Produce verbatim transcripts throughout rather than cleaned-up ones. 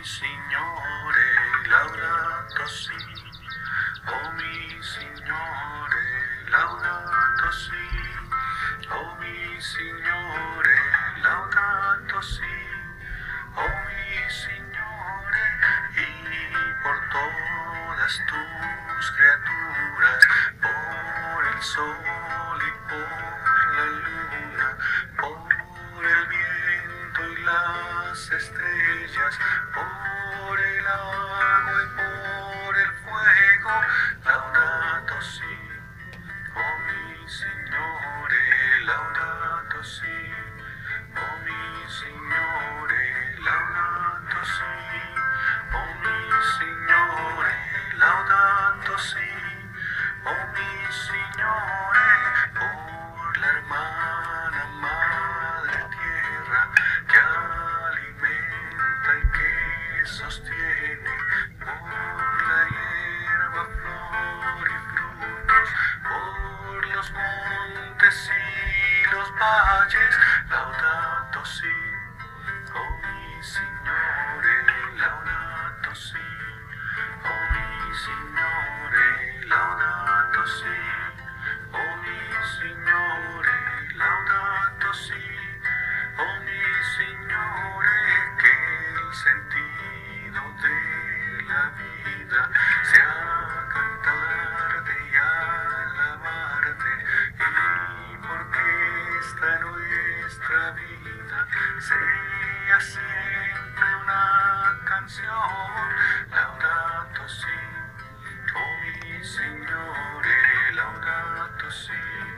Signore, laudato si. Oh mi Signore, laudato si. Oh mi Signore, laudato si. Oh mi Signore, y por todas tus criaturas, por el sol y por la luna, por el viento y las estrellas, por el agua y por el fuego, laudato si. Oh mi Signore, laudato si. Oh mi Signore, laudato si. Oh mi Signore, laudato si. Oh mi Signore, por la hermana madre tierra que alimenta y que sostiene, por la hierba, flor y frutos, por los montes y los valles, laudato si. Oh mi Signore, laudato si. Oh mi Signore, laudato si. Oh mi Signore, laudato si. Oh mi Signore, que el sentido de la vida sea cantarte y alabarte, y porque esta nuestra vida sea siempre una canción, laudato si. Oh mi Signore, laudato si.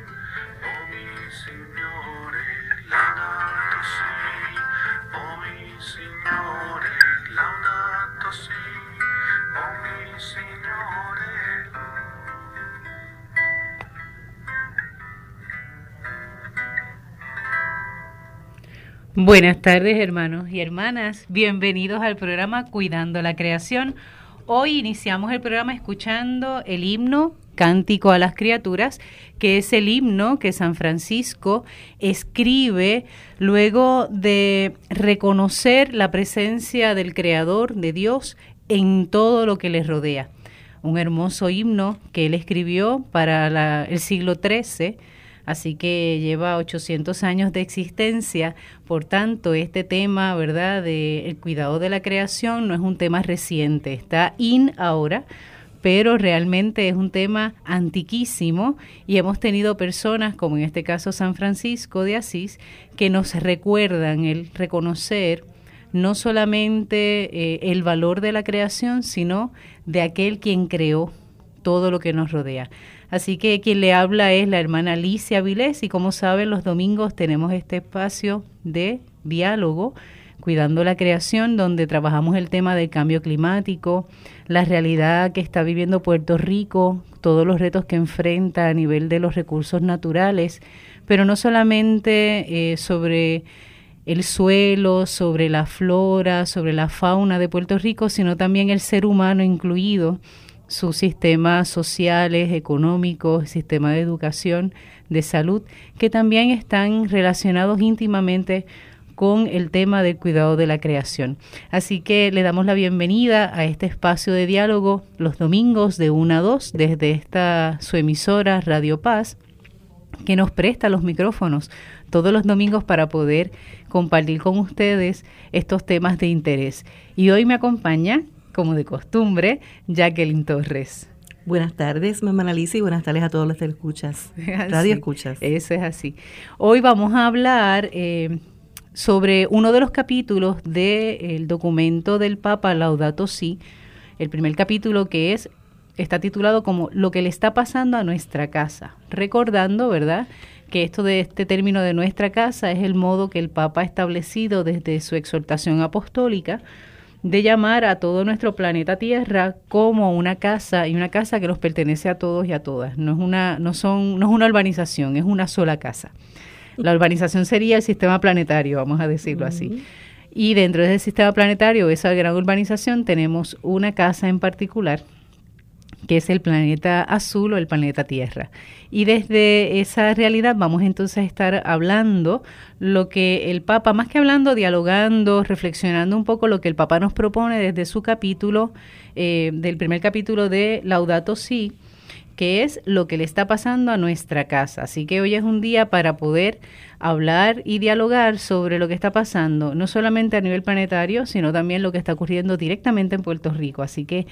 Oh mi Signore, laudato si. Oh mi Signore, laudato si. Oh mi Signore. Buenas tardes, hermanos y hermanas. Bienvenidos al programa Cuidando la Creación. Hoy iniciamos el programa escuchando el himno Cántico a las Criaturas, que es el himno que San Francisco escribe luego de reconocer la presencia del Creador, de Dios, en todo lo que les rodea. Un hermoso himno que él escribió para la, el siglo trece, así que lleva ochocientos años de existencia. Por tanto, este tema, ¿verdad?, de el cuidado de la creación no es un tema reciente, está in ahora, pero realmente es un tema antiquísimo, y hemos tenido personas, como en este caso San Francisco de Asís, que nos recuerdan el reconocer no solamente eh, el valor de la creación, sino de aquel quien creó todo lo que nos rodea. Así que quien le habla es la hermana Alicia Vilés, y como saben, los domingos tenemos este espacio de diálogo, Cuidando la Creación, donde trabajamos el tema del cambio climático, la realidad que está viviendo Puerto Rico, todos los retos que enfrenta a nivel de los recursos naturales, pero no solamente eh, sobre el suelo, sobre la flora, sobre la fauna de Puerto Rico, sino también el ser humano incluido, sus sistemas sociales, económicos, sistema de educación, de salud, que también están relacionados íntimamente con el tema del cuidado de la creación. Así que le damos la bienvenida a este espacio de diálogo los domingos de una a dos desde esta su emisora Radio Paz, que nos presta los micrófonos todos los domingos para poder compartir con ustedes estos temas de interés. Y hoy me acompaña, como de costumbre, Jacqueline Torres. Buenas tardes, mamá Alicia, y buenas tardes a todos los que escuchas, radio escuchas. Eso es así. Hoy vamos a hablar eh, sobre uno de los capítulos del documento del Papa Laudato Si, el primer capítulo, que es está titulado como Lo que le está pasando a nuestra casa, recordando, ¿verdad?, que esto de este término de nuestra casa es el modo que el Papa ha establecido desde su exhortación apostólica de llamar a todo nuestro planeta Tierra como una casa, y una casa que nos pertenece a todos y a todas. No es una, no son, no es una urbanización, es una sola casa. La urbanización sería el sistema planetario, vamos a decirlo uh-huh. así. Y dentro de ese sistema planetario, esa gran urbanización, tenemos una casa en particular que es el planeta azul o el planeta Tierra. Y desde esa realidad vamos entonces a estar hablando lo que el Papa, más que hablando, dialogando, reflexionando un poco lo que el Papa nos propone desde su capítulo, eh, del primer capítulo de Laudato Si, que es lo que le está pasando a nuestra casa. Así que hoy es un día para poder hablar y dialogar sobre lo que está pasando, no solamente a nivel planetario, sino también lo que está ocurriendo directamente en Puerto Rico. Así que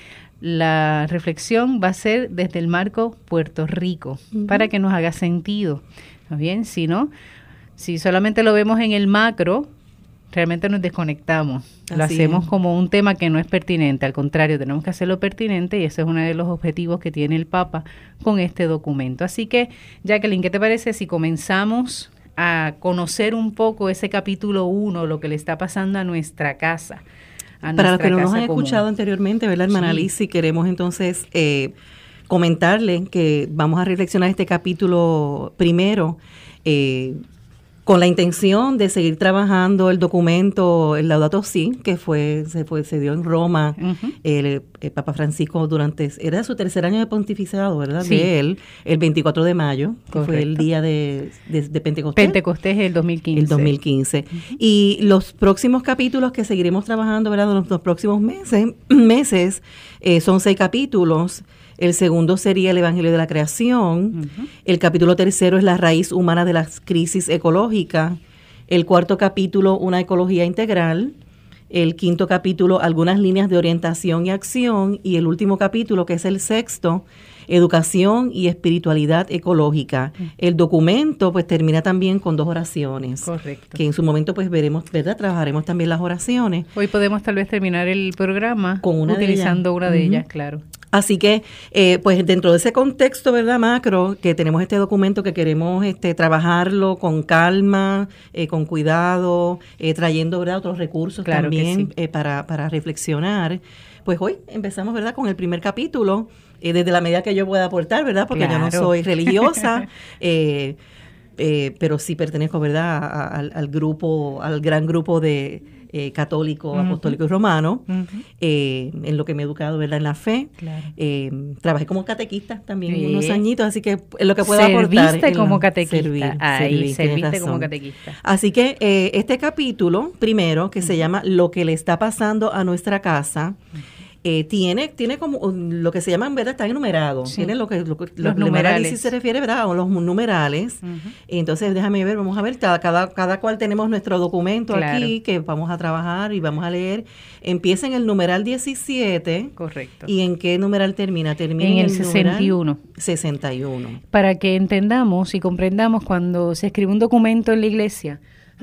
la reflexión va a ser desde el marco Puerto Rico, uh-huh, para que nos haga sentido. ¿Está bien? Si no, si solamente lo vemos en el macro, realmente nos desconectamos. Así lo hacemos es. Como un tema que no es pertinente. Al contrario, tenemos que hacerlo pertinente y ese es uno de los objetivos que tiene el Papa con este documento. Así que, Jacqueline, ¿qué te parece si comenzamos a conocer un poco ese capítulo uno, lo que le está pasando a nuestra casa? A Para los que no nos han común. escuchado anteriormente, ¿verdad, hermana Sí. Liz? Si queremos entonces eh, comentarle que vamos a reflexionar este capítulo primero, eh, con la intención de seguir trabajando el documento, el Laudato Si, que fue se fue se dio en Roma, uh-huh, el, el Papa Francisco durante, era su tercer año de pontificado, ¿verdad? Sí. De él, el veinticuatro de mayo, que Correcto. fue el día de, de, de Pentecostés. Pentecostés el dos mil quince. El dos mil quince. Uh-huh. Y los próximos capítulos que seguiremos trabajando, ¿verdad? Los, los próximos meses, meses eh, son seis capítulos. El segundo sería el Evangelio de la Creación. Uh-huh. El capítulo tercero es la raíz humana de la crisis ecológica. El cuarto capítulo, una ecología integral. El quinto capítulo, algunas líneas de orientación y acción. Y el último capítulo, que es el sexto, educación y espiritualidad ecológica. Uh-huh. El documento pues termina también con dos oraciones. Correcto. Que en su momento pues veremos, ¿verdad? Trabajaremos también las oraciones. Hoy podemos tal vez terminar el programa con una utilizando de una de uh-huh. ellas, claro. Así que, eh, pues dentro de ese contexto, ¿verdad, macro, que tenemos este documento que queremos este, trabajarlo con calma, eh, con cuidado, eh, trayendo, ¿verdad?, otros recursos claro también sí. eh, para, para reflexionar. Pues hoy empezamos, ¿verdad?, con el primer capítulo, eh, desde la medida que yo pueda aportar, ¿verdad?, porque claro. yo no soy religiosa, eh, eh, pero sí pertenezco, ¿verdad?, a, a, al, al grupo, al gran grupo de... Eh, católico, uh-huh. apostólico y romano, uh-huh. eh, en lo que me he educado, ¿verdad?, en la fe. Claro. Eh, trabajé como catequista también sí. unos añitos, así que en lo que pueda serviste aportar. Serviste como catequista. Servir, Ahí, servir, serviste como catequista. Así que eh, este capítulo, primero, que uh-huh. se llama Lo que le está pasando a nuestra casa, uh-huh. Eh, tiene tiene como lo que se llaman, ¿verdad? Está enumerado. Sí. Tiene lo que, lo, los lo numerales. Si se refiere, ¿verdad? A los numerales. Uh-huh. Entonces, déjame ver, vamos a ver, cada, cada, cada cual tenemos nuestro documento claro. aquí que vamos a trabajar y vamos a leer. Empieza en el numeral diecisiete. Correcto. ¿Y en qué numeral termina? Termina en, en el, el sesenta y uno. sesenta y uno. Para que entendamos y comprendamos cuando se escribe un documento en la iglesia,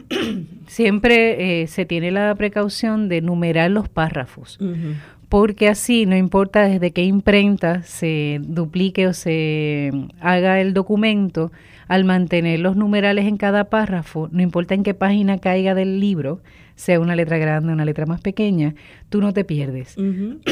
siempre eh, se tiene la precaución de numerar los párrafos. Uh-huh. Porque así, no importa desde qué imprenta se duplique o se haga el documento, al mantener los numerales en cada párrafo, no importa en qué página caiga del libro, sea una letra grande o una letra más pequeña, tú no te pierdes. Uh-huh.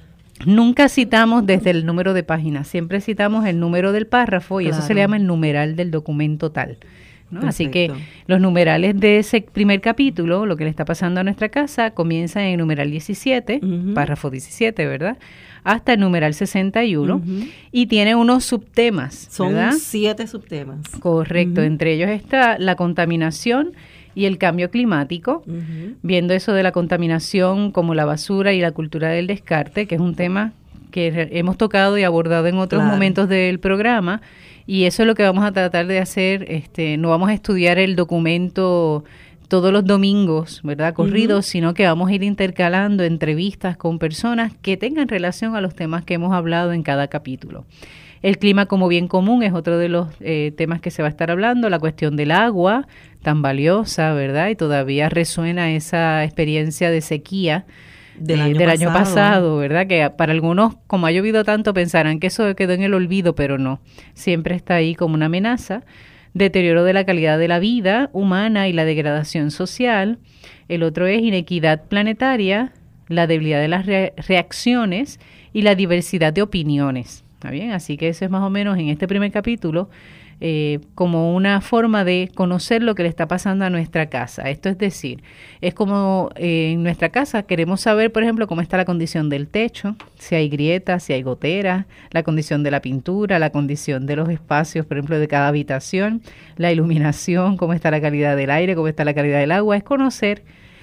Nunca citamos desde el número de página, siempre citamos el número del párrafo y claro. eso se le llama el numeral del documento tal. ¿no? Así que los numerales de ese primer capítulo, lo que le está pasando a nuestra casa, comienzan en el numeral diecisiete, uh-huh. párrafo diecisiete, ¿verdad?, hasta el numeral sesenta y uno, uh-huh. y tiene unos subtemas, Son ¿verdad? siete subtemas. Correcto, uh-huh. entre ellos está la contaminación y el cambio climático, uh-huh. viendo eso de la contaminación como la basura y la cultura del descarte, que es un tema que hemos tocado y abordado en otros claro. momentos del programa. Y eso es lo que vamos a tratar de hacer. Este, no vamos a estudiar el documento todos los domingos, ¿verdad?, corridos, uh-huh. sino que vamos a ir intercalando entrevistas con personas que tengan relación a los temas que hemos hablado en cada capítulo. El clima como bien común es otro de los eh, temas que se va a estar hablando, la cuestión del agua, tan valiosa, ¿verdad?, y todavía resuena esa experiencia de sequía del, año, del pasado. año pasado, ¿verdad? Que para algunos, como ha llovido tanto, pensarán que eso quedó en el olvido, pero no. Siempre está ahí como una amenaza. Deterioro de la calidad de la vida humana y la degradación social. El otro es inequidad planetaria, la debilidad de las re- reacciones y la diversidad de opiniones. ¿Está bien? Así que eso es más o menos en este primer capítulo eh, como una forma de conocer lo que le está pasando a nuestra casa. Esto es decir, es como eh, en nuestra casa queremos saber, por ejemplo, cómo está la condición del techo, si hay grietas, si hay goteras, la condición de la pintura, la condición de los espacios, por ejemplo, de cada habitación, la iluminación, cómo está la calidad del aire, cómo está la calidad del agua. Es conocer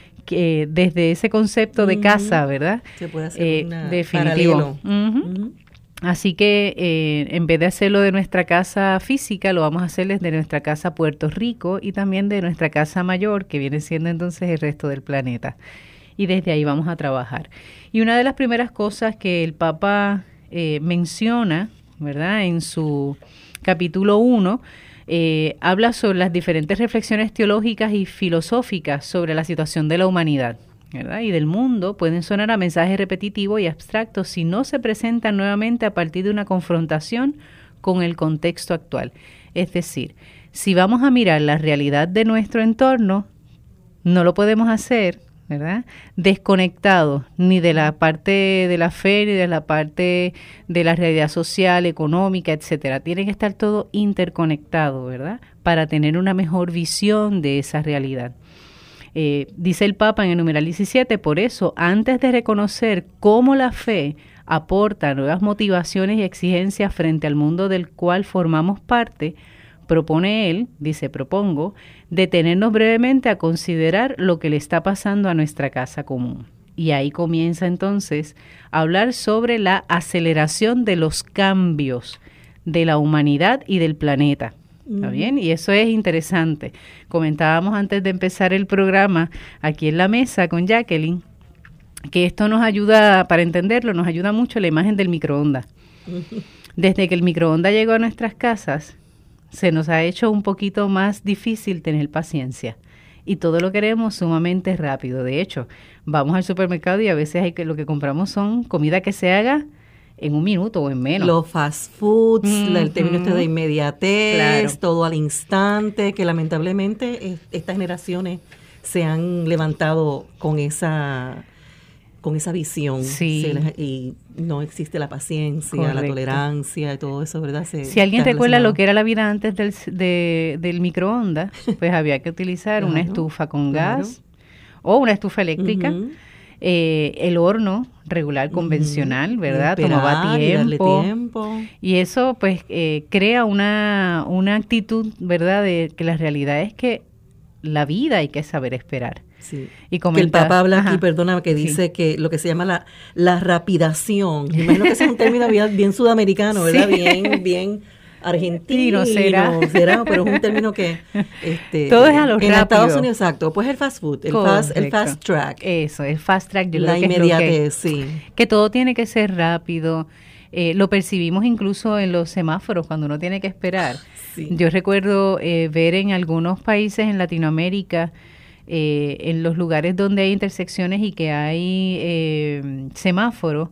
que desde ese concepto de uh-huh. casa, ¿verdad? Se puede hacer eh, una definitivo. paralelo. Uh-huh. Uh-huh. Así que eh, en vez de hacerlo de nuestra casa física, lo vamos a hacer desde nuestra casa Puerto Rico y también de nuestra casa mayor, que viene siendo entonces el resto del planeta. Y desde ahí vamos a trabajar. Y una de las primeras cosas que el Papa eh, menciona, ¿verdad? En su capítulo uno, eh, habla sobre las diferentes reflexiones teológicas y filosóficas sobre la situación de la humanidad, ¿verdad? Y del mundo. Pueden sonar a mensajes repetitivos y abstractos si no se presentan nuevamente a partir de una confrontación con el contexto actual. Es decir, si vamos a mirar la realidad de nuestro entorno, no lo podemos hacer, ¿verdad?, desconectados ni de la parte de la fe, ni de la parte de la realidad social, económica, etcétera. Tiene que estar todo interconectado, ¿verdad?, para tener una mejor visión de esa realidad. Eh, dice el Papa en el numeral diecisiete, por eso, antes de reconocer cómo la fe aporta nuevas motivaciones y exigencias frente al mundo del cual formamos parte, propone él, dice, propongo, detenernos brevemente a considerar lo que le está pasando a nuestra casa común. Y ahí comienza entonces a hablar sobre la aceleración de los cambios de la humanidad y del planeta. ¿Está bien? Y eso es interesante. Comentábamos antes de empezar el programa aquí en la mesa con Jacqueline que esto nos ayuda, para entenderlo, nos ayuda mucho la imagen del microondas. Desde que el microondas llegó a nuestras casas, se nos ha hecho un poquito más difícil tener paciencia. Y todo lo queremos sumamente rápido. De hecho, vamos al supermercado y a veces hay que, lo que compramos son comida que se haga en un minuto o en menos. Los fast foods, Mm-hmm. el término este de inmediatez, Claro. todo al instante, que lamentablemente eh, estas generaciones se han levantado con esa con esa visión. Sí. Se les- y no existe la paciencia, la Correcto. tolerancia y todo eso, ¿verdad? Se- Si alguien está recuerda relacionado. lo que era la vida antes del, de- del microondas, pues había que utilizar una Claro, estufa con claro. gas o una estufa eléctrica. Ujú. Eh, el horno regular convencional, Ujú. ¿verdad? Y esperar, Tomaba y darle tiempo. tiempo. Y eso pues eh, crea una, una actitud, ¿verdad? De que la realidad es que la vida hay que saber esperar. Sí. Y Que el comenta- Papa habla aquí, Ajá. perdona, que Sí. dice que lo que se llama la, la rapidación. Me imagino que ese es un término bien, bien sudamericano, ¿verdad? Sí. Bien, bien argentino. será. será, pero es un término que... Este, Todo es a lo En rápido. Estados Unidos, exacto. Pues el fast food, el, fast, el Correcto. fast track. Eso, el fast track. Yo la creo que es lo que- inmediatez, sí. que todo tiene que ser rápido. Eh, lo percibimos incluso en los semáforos cuando uno tiene que esperar. Sí. Yo recuerdo eh, ver en algunos países en Latinoamérica, eh, en los lugares donde hay intersecciones y que hay eh, semáforos,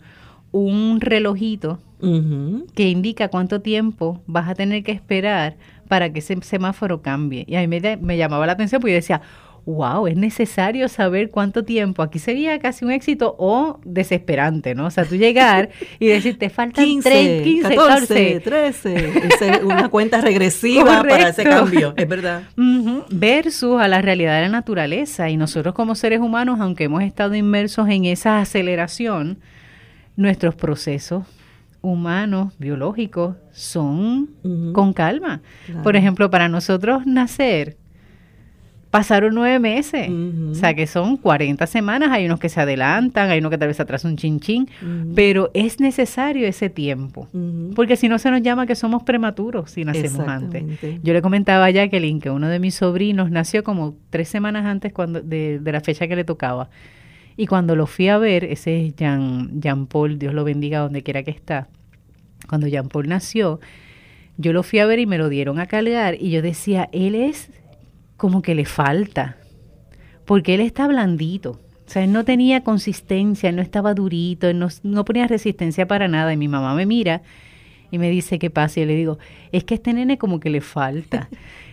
un relojito Ujú. que indica cuánto tiempo vas a tener que esperar para que ese semáforo cambie. Y a mí me, de- me llamaba la atención porque yo decía, wow, es necesario saber cuánto tiempo. Aquí sería casi un éxito o desesperante, ¿no? O sea, tú llegar y decir, te faltan quince, tres, quince, catorce, catorce. trece. Esa es una cuenta regresiva para ese Correcto. cambio, es verdad. Ujú, versus a la realidad de la naturaleza. Y nosotros como seres humanos, aunque hemos estado inmersos en esa aceleración, nuestros procesos humanos, biológicos, son Ujú. con calma. Claro. Por ejemplo, para nosotros nacer, pasaron nueve meses. Ujú. O sea, que son cuarenta semanas. Hay unos que se adelantan, hay unos que tal vez se atrasa un chin chin, Ujú. pero es necesario ese tiempo. Ujú. Porque si no se nos llama que somos prematuros si nacemos antes. Exactamente. Yo le comentaba a Jacqueline que uno de mis sobrinos nació como tres semanas antes cuando de, de la fecha que le tocaba. Y cuando lo fui a ver, ese es Jean, Jean Paul, Dios lo bendiga donde quiera que está. Cuando Jean Paul nació, yo lo fui a ver y me lo dieron a cargar y yo decía, él es como que le falta, porque él está blandito. O sea, él no tenía consistencia, él no estaba durito, él no, no ponía resistencia para nada. Y mi mamá me mira y me dice, ¿qué pasa? Y yo le digo, es que este nene como que le falta.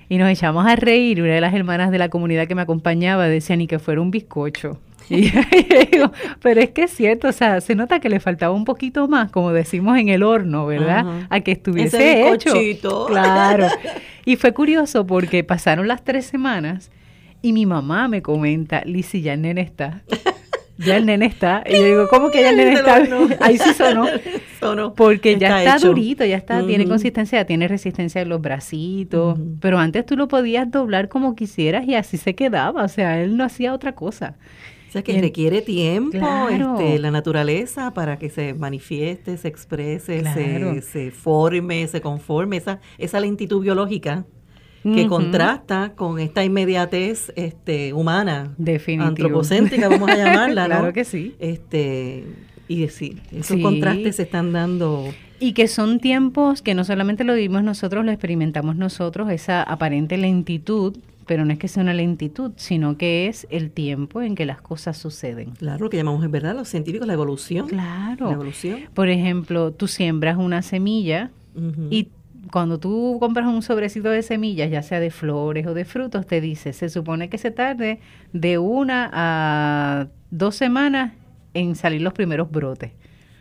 Y nos echamos a reír. Una de las hermanas de la comunidad que me acompañaba decía, ni que fuera un bizcocho. Y yo digo, pero es que es cierto, o sea, se nota que le faltaba un poquito más, como decimos en el horno, ¿verdad? Ajá. A que estuviese ese hecho. bizcochito. Claro. Y fue curioso porque pasaron las tres semanas y mi mamá me comenta, Lizzy, ya el nene está. Ya el nene está. Y yo digo, ¿cómo que ya el nene está? Ahí sí sonó. sonó. Porque está ya está hecho. Durito, ya está, uh-huh. Tiene consistencia, tiene resistencia en los bracitos. Uh-huh. Pero antes tú lo podías doblar como quisieras y así se quedaba. O sea, él no hacía otra cosa. O sea, que y requiere tiempo, claro. este, la naturaleza para que se manifieste, se exprese, claro. se, se forme, se conforme. Esa, esa lentitud biológica que uh-huh. contrasta con esta inmediatez este, humana, definitivo, antropocéntrica, vamos a llamarla, ¿no? Claro que sí. Este, y sí, esos sí. contrastes se están dando. Y que son tiempos que no solamente lo vivimos nosotros, lo experimentamos nosotros, esa aparente lentitud, pero no es que sea una lentitud, sino que es el tiempo en que las cosas suceden. Claro, lo que llamamos en verdad los científicos la evolución. Claro. La evolución. Por ejemplo, tú siembras una semilla uh-huh. y cuando tú compras un sobrecito de semillas, ya sea de flores o de frutos, te dice, se supone que se tarde de una a dos semanas en salir los primeros brotes.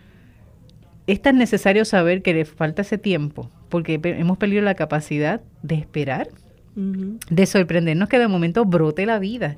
Es tan necesario saber que le falta ese tiempo, porque hemos perdido la capacidad de esperar, uh-huh. de sorprendernos que de momento brote la vida.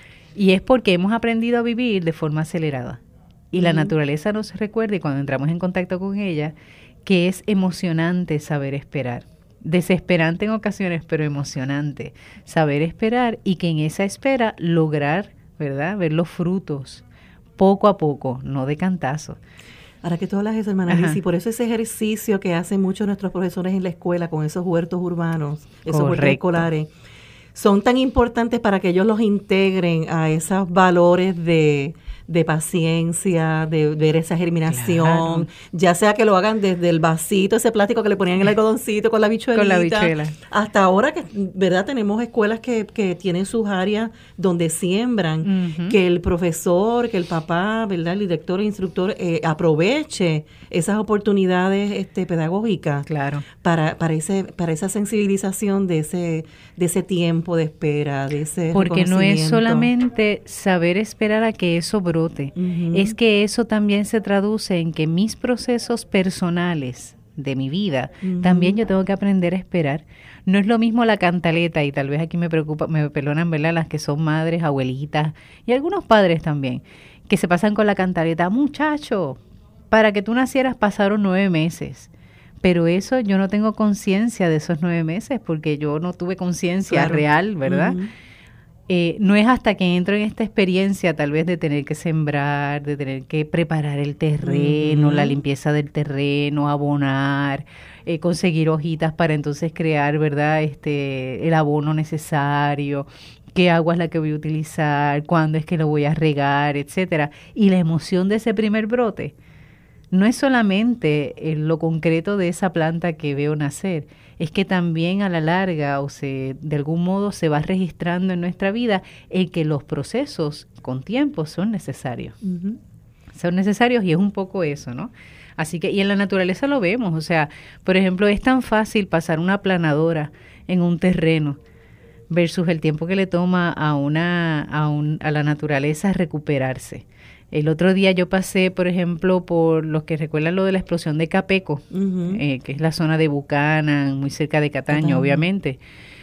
Y es porque hemos aprendido a vivir de forma acelerada. Y uh-huh. la naturaleza nos recuerda, y cuando entramos en contacto con ella, que es emocionante saber esperar. Desesperante en ocasiones, pero emocionante. Saber esperar y que en esa espera lograr, ¿verdad?, ver los frutos poco a poco, no de cantazo. Ahora que tú hablas de eso, hermana Lizzy, por eso ese ejercicio que hacen muchos nuestros profesores en la escuela con esos huertos urbanos, esos Correcto. huertos escolares, son tan importantes para que ellos los integren a esos valores de, de paciencia, de ver esa germinación, claro. ya sea que lo hagan desde el vasito, ese plástico que le ponían en el algodoncito con la bichuelita, con la bichuela. Hasta ahora que, ¿verdad? Tenemos escuelas que, que tienen sus áreas donde siembran, uh-huh. que el profesor, que el papá, ¿verdad? El director, el instructor, eh, aproveche esas oportunidades este, pedagógicas claro. para, para, ese, para esa sensibilización de ese, de ese tiempo de espera, de ese porque no es solamente saber esperar a que eso brote, uh-huh. es que eso también se traduce en que mis procesos personales de mi vida, uh-huh. también yo tengo que aprender a esperar. No es lo mismo la cantaleta, y tal vez aquí me preocupa, me perdonan, ¿verdad?, las que son madres, abuelitas, y algunos padres también, que se pasan con la cantaleta, muchacho, para que tú nacieras pasaron nueve meses. Pero eso yo no tengo conciencia de esos nueve meses porque yo no tuve conciencia claro. real, ¿verdad? Uh-huh. Eh, no es hasta que entro en esta experiencia tal vez de tener que sembrar, de tener que preparar el terreno, uh-huh. la limpieza del terreno, abonar, eh, conseguir hojitas para entonces crear, ¿verdad?, este, el abono necesario, qué agua es la que voy a utilizar, cuándo es que lo voy a regar, etcétera. Y la emoción de ese primer brote no es solamente lo concreto de esa planta que veo nacer, es que también a la larga o se de algún modo se va registrando en nuestra vida el que los procesos con tiempo son necesarios. Uh-huh. Son necesarios y es un poco eso, ¿no? Así que, y en la naturaleza lo vemos, o sea, por ejemplo, es tan fácil pasar una aplanadora en un terreno versus el tiempo que le toma a una a, un, a la naturaleza recuperarse. El otro día yo pasé, por ejemplo, por los que recuerdan lo de la explosión de Capeco, uh-huh. eh, que es la zona de Buchanan, muy cerca de Cataño, Cataño. obviamente.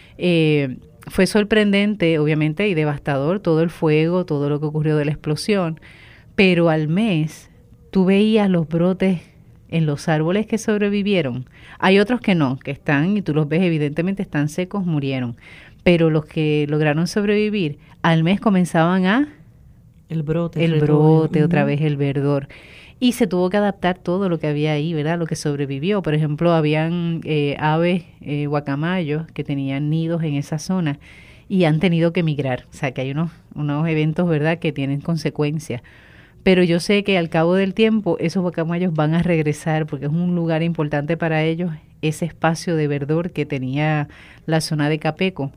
Eh, fue sorprendente, obviamente, y devastador todo el fuego, todo lo que ocurrió de la explosión, pero al mes tú veías los brotes en los árboles que sobrevivieron. Hay otros que no, que están, y tú los ves, evidentemente están secos, murieron, pero los que lograron sobrevivir, al mes comenzaban a... El brote. El brote, otra vez el verdor. Y se tuvo que adaptar todo lo que había ahí, ¿verdad? Lo que sobrevivió. Por ejemplo, habían eh, aves eh, guacamayos que tenían nidos en esa zona y han tenido que migrar. O sea, que hay unos, unos eventos, ¿verdad?, que tienen consecuencias. Pero yo sé que al cabo del tiempo esos guacamayos van a regresar porque es un lugar importante para ellos, ese espacio de verdor que tenía la zona de Capeco.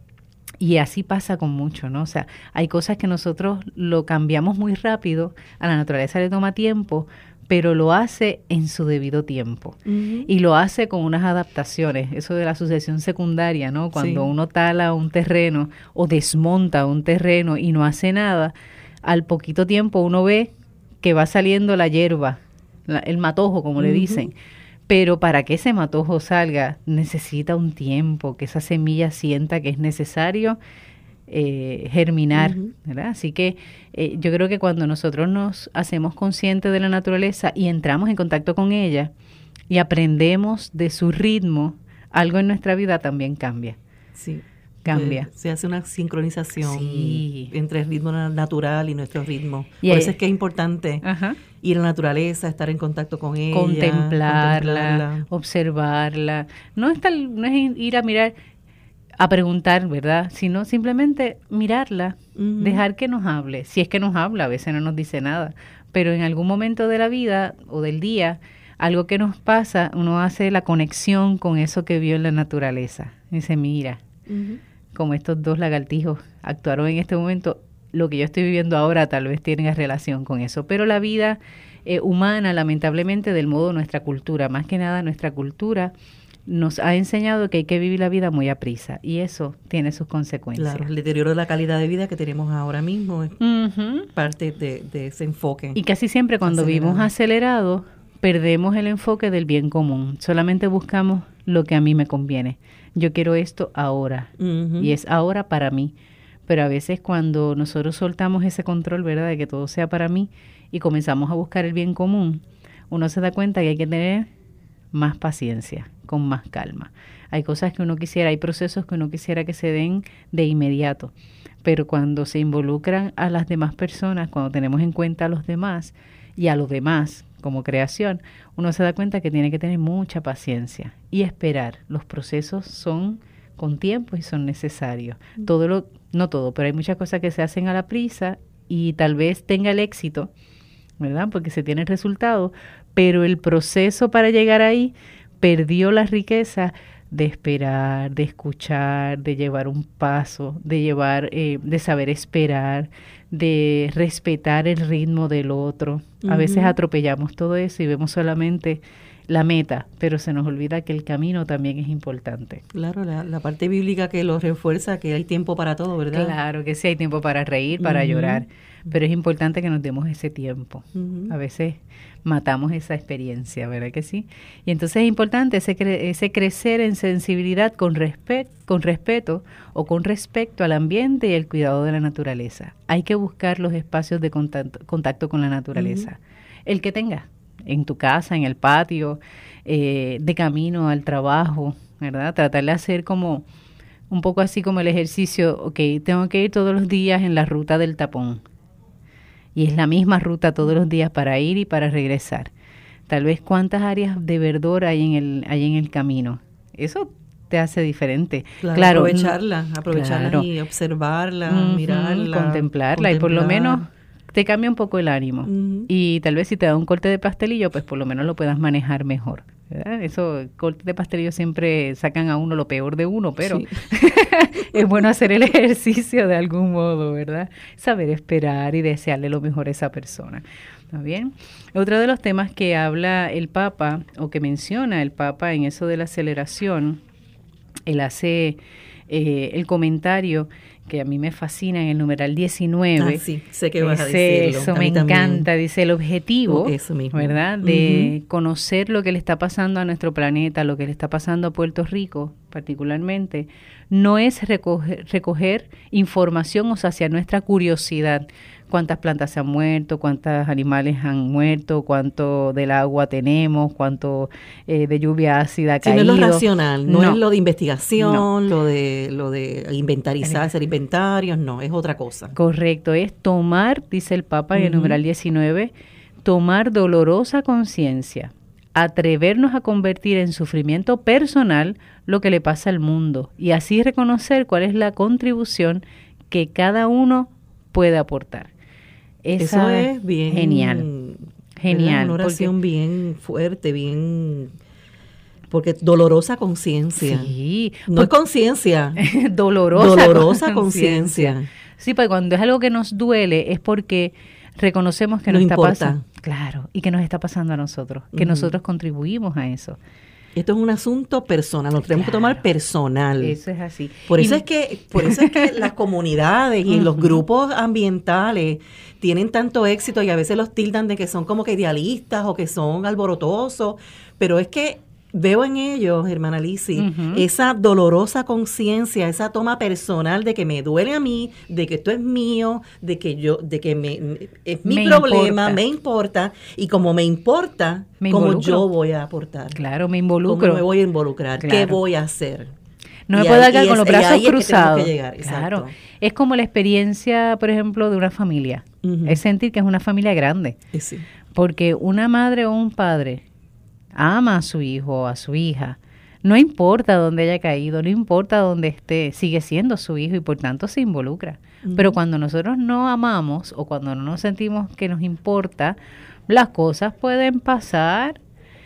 Y así pasa con mucho, ¿no? O sea, hay cosas que nosotros lo cambiamos muy rápido, a la naturaleza le toma tiempo, pero lo hace en su debido tiempo. Uh-huh. Y lo hace con unas adaptaciones, eso de la sucesión secundaria, ¿no? Cuando sí. uno tala un terreno o desmonta un terreno y no hace nada, al poquito tiempo uno ve que va saliendo la hierba, la, el matojo, como uh-huh. le dicen. Pero para que ese matojo salga, necesita un tiempo, que esa semilla sienta que es necesario eh, germinar, uh-huh. ¿verdad? Así que eh, yo creo que cuando nosotros nos hacemos conscientes de la naturaleza y entramos en contacto con ella y aprendemos de su ritmo, algo en nuestra vida también cambia. Sí. Cambia. Se hace una sincronización sí. entre el ritmo natural y nuestro ritmo. Y Por ahí, eso es que es importante ajá. ir a la naturaleza, estar en contacto con ella. Contemplarla, contemplarla. observarla. No es, tal, no es ir a mirar, a preguntar, ¿verdad? Sino simplemente mirarla, uh-huh. dejar que nos hable. Si es que nos habla, a veces no nos dice nada. Pero en algún momento de la vida o del día, algo que nos pasa, uno hace la conexión con eso que vio en la naturaleza. Y se mira. Uh-huh. Como estos dos lagartijos actuaron en este momento, lo que yo estoy viviendo ahora tal vez tiene relación con eso. Pero la vida eh, humana, lamentablemente, del modo de nuestra cultura, más que nada nuestra cultura, nos ha enseñado que hay que vivir la vida muy a prisa. Y eso tiene sus consecuencias. Claro, el deterioro de la calidad de vida que tenemos ahora mismo es uh-huh. parte de, de ese enfoque. Y casi siempre cuando acelerado. vivimos acelerados, perdemos el enfoque del bien común. Solamente buscamos lo que a mí me conviene. Yo quiero esto ahora, uh-huh. y es ahora para mí. Pero a veces cuando nosotros soltamos ese control, ¿verdad?, de que todo sea para mí y comenzamos a buscar el bien común, uno se da cuenta que hay que tener más paciencia, con más calma. Hay cosas que uno quisiera, hay procesos que uno quisiera que se den de inmediato, pero cuando se involucran a las demás personas, cuando tenemos en cuenta a los demás y a los demás como creación, uno se da cuenta que tiene que tener mucha paciencia y esperar. Los procesos son con tiempo y son necesarios. Todo lo, no todo, pero hay muchas cosas que se hacen a la prisa y tal vez tenga el éxito, ¿verdad?, porque se tiene el resultado, pero el proceso para llegar ahí perdió la riqueza de esperar, de escuchar, de llevar un paso, de llevar, eh, de saber esperar, de respetar el ritmo del otro. Uh-huh. A veces atropellamos todo eso y vemos solamente la meta, pero se nos olvida que el camino también es importante. Claro, la, la parte bíblica que lo refuerza, que hay tiempo para todo, ¿verdad? Claro, que sí hay tiempo para reír, para uh-huh. llorar, pero es importante que nos demos ese tiempo. Uh-huh. A veces matamos esa experiencia, ¿verdad que sí? Y entonces es importante ese, cre- ese crecer en sensibilidad con, respe- con respeto o con respecto al ambiente y el cuidado de la naturaleza. Hay que buscar los espacios de contacto, contacto con la naturaleza. Uh-huh. El que tenga, en tu casa, en el patio, eh, de camino al trabajo, ¿verdad? Tratar de hacer como un poco así como el ejercicio, ok, tengo que ir todos los días en la ruta del tapón. Y es la misma ruta todos los días para ir y para regresar. Tal vez cuántas áreas de verdor hay en el, hay en el camino. Eso te hace diferente. Claro, claro aprovecharla, aprovecharla claro. y observarla, uh-huh, mirarla. Contemplarla, y por lo menos te cambia un poco el ánimo. Uh-huh. Y tal vez si te da un corte de pastelillo, pues por lo menos lo puedas manejar mejor, ¿verdad? Eso, cortes de pastelillo siempre sacan a uno lo peor de uno, pero sí. Es bueno hacer el ejercicio de algún modo, ¿verdad? Saber esperar y desearle lo mejor a esa persona. ¿Está bien? Otro de los temas que habla el Papa, o que menciona el Papa en eso de la aceleración, él hace eh, el comentario que a mí me fascina en el numeral diecinueve. Ah, sí, sé que vas a decirlo. Eso a me también. encanta, dice el objetivo, oh, eso mismo. ¿verdad? De uh-huh. conocer lo que le está pasando a nuestro planeta, lo que le está pasando a Puerto Rico particularmente, no es recoger, recoger información o saciar nuestra curiosidad. Cuántas plantas se han muerto, cuántos animales han muerto, cuánto del agua tenemos, cuánto eh, de lluvia ácida ha sí, caído. No es lo racional, no, no es lo de investigación, no. lo de lo de inventarizar, el, hacer inventarios, no, es otra cosa. Correcto, es tomar, dice el Papa en uh-huh. el numeral diecinueve, tomar dolorosa conciencia, atrevernos a convertir en sufrimiento personal lo que le pasa al mundo y así reconocer cuál es la contribución que cada uno puede aportar. Esa Eso es bien genial, genial. Una oración porque, bien fuerte, bien, porque dolorosa conciencia. Sí, no es conciencia, dolorosa, dolorosa conciencia. Sí, porque cuando es algo que nos duele es porque reconocemos que nos nos está importa. pasando. Claro, y que nos está pasando a nosotros, que uh-huh. nosotros contribuimos a eso. Esto es un asunto personal, lo tenemos claro. que tomar personal. Eso es así. Por eso y, es que, por eso es que las comunidades y uh-huh. los grupos ambientales tienen tanto éxito y a veces los tildan de que son como que idealistas o que son alborotosos, pero es que veo en ellos, hermana Lizzy, uh-huh. esa dolorosa conciencia, esa toma personal de que me duele a mí, de que esto es mío, de que yo, de que me, es mi me problema, importa. me importa, y como me importa, me como yo voy a aportar. Claro, me involucro. ¿Cómo me voy a involucrar? Claro. ¿Qué voy a hacer? No me y puedo ahí, quedar con los brazos es, cruzados. Es que que llegar, claro, es como la experiencia, por ejemplo, de una familia. Uh-huh. Es sentir que es una familia grande. Sí. Porque una madre o un padre ama a su hijo o a su hija, no importa dónde haya caído, no importa dónde esté, sigue siendo su hijo y por tanto se involucra. Uh-huh. Pero cuando nosotros no amamos o cuando no nos sentimos que nos importa, las cosas pueden pasar.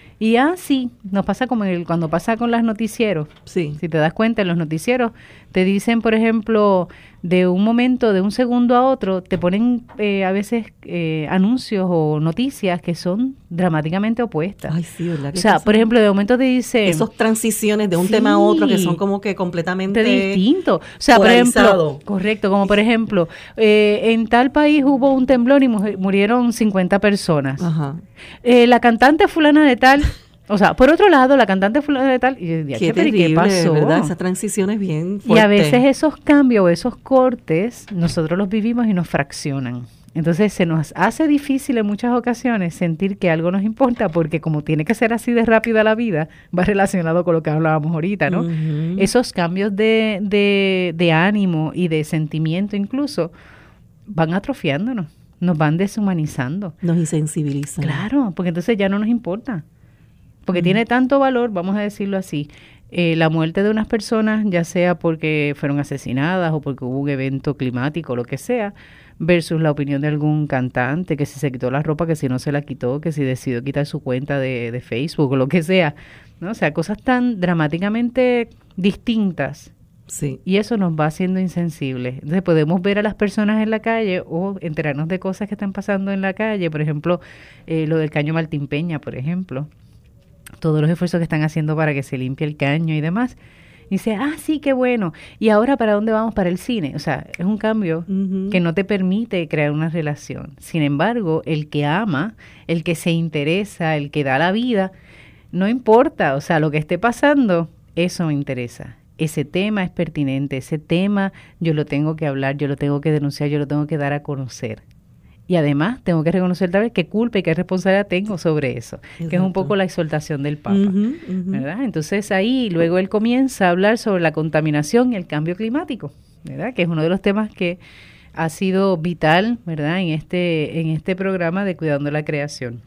Y así ah, nos pasa como el, cuando pasa con los noticieros. Sí. Si te das cuenta, en los noticieros te dicen, por ejemplo, de un momento, de un segundo a otro, te ponen eh, a veces eh, anuncios o noticias que son dramáticamente opuestas. Ay, sí, ¿verdad? O sea, por ejemplo, de momento te dice... Esas transiciones de un sí, tema a otro que son como que completamente... distinto. O sea, por ejemplo... Correcto, como por ejemplo, eh, en tal país hubo un temblor y mu- murieron cincuenta personas. Ajá. Eh, la cantante fulana de tal... O sea, por otro lado, la cantante fulana de tal... Y yo decía, qué, ¿qué, terrible, ¿qué pasó? ¿verdad? Esa transición es bien fuerte. Y a veces esos cambios o esos cortes, nosotros los vivimos y nos fraccionan. Entonces se nos hace difícil en muchas ocasiones sentir que algo nos importa porque como tiene que ser así de rápida la vida, va relacionado con lo que hablábamos ahorita, ¿no? Uh-huh. Esos cambios de, de, de ánimo y de sentimiento incluso van atrofiándonos, nos van deshumanizando. Nos insensibilizan. Claro, porque entonces ya no nos importa. Porque uh-huh. tiene tanto valor, vamos a decirlo así, eh, la muerte de unas personas, ya sea porque fueron asesinadas o porque hubo un evento climático o lo que sea, versus la opinión de algún cantante que si se quitó la ropa, que si no se la quitó, que si decidió quitar su cuenta de, de Facebook o lo que sea, ¿no? O sea, cosas tan dramáticamente distintas. Sí. Y eso nos va haciendo insensibles. Entonces podemos ver a las personas en la calle o enterarnos de cosas que están pasando en la calle, por ejemplo, eh, lo del caño Martín Peña, por ejemplo. Todos los esfuerzos que están haciendo para que se limpie el caño y demás. Y dice, ah, sí, qué bueno. ¿Y ahora para dónde vamos? Para el cine. O sea, es un cambio uh-huh. que no te permite crear una relación. Sin embargo, el que ama, el que se interesa, el que da la vida, no importa. O sea, lo que esté pasando, eso me interesa. Ese tema es pertinente. Ese tema yo lo tengo que hablar, yo lo tengo que denunciar, yo lo tengo que dar a conocer. Y además tengo que reconocer tal vez qué culpa y qué responsabilidad tengo sobre eso, Exacto. que es un poco la exhortación del Papa, uh-huh, uh-huh. ¿verdad? Entonces ahí luego él comienza a hablar sobre la contaminación y el cambio climático, ¿verdad? Que es uno de los temas que ha sido vital, ¿verdad? En este, en este programa de Cuidando la Creación.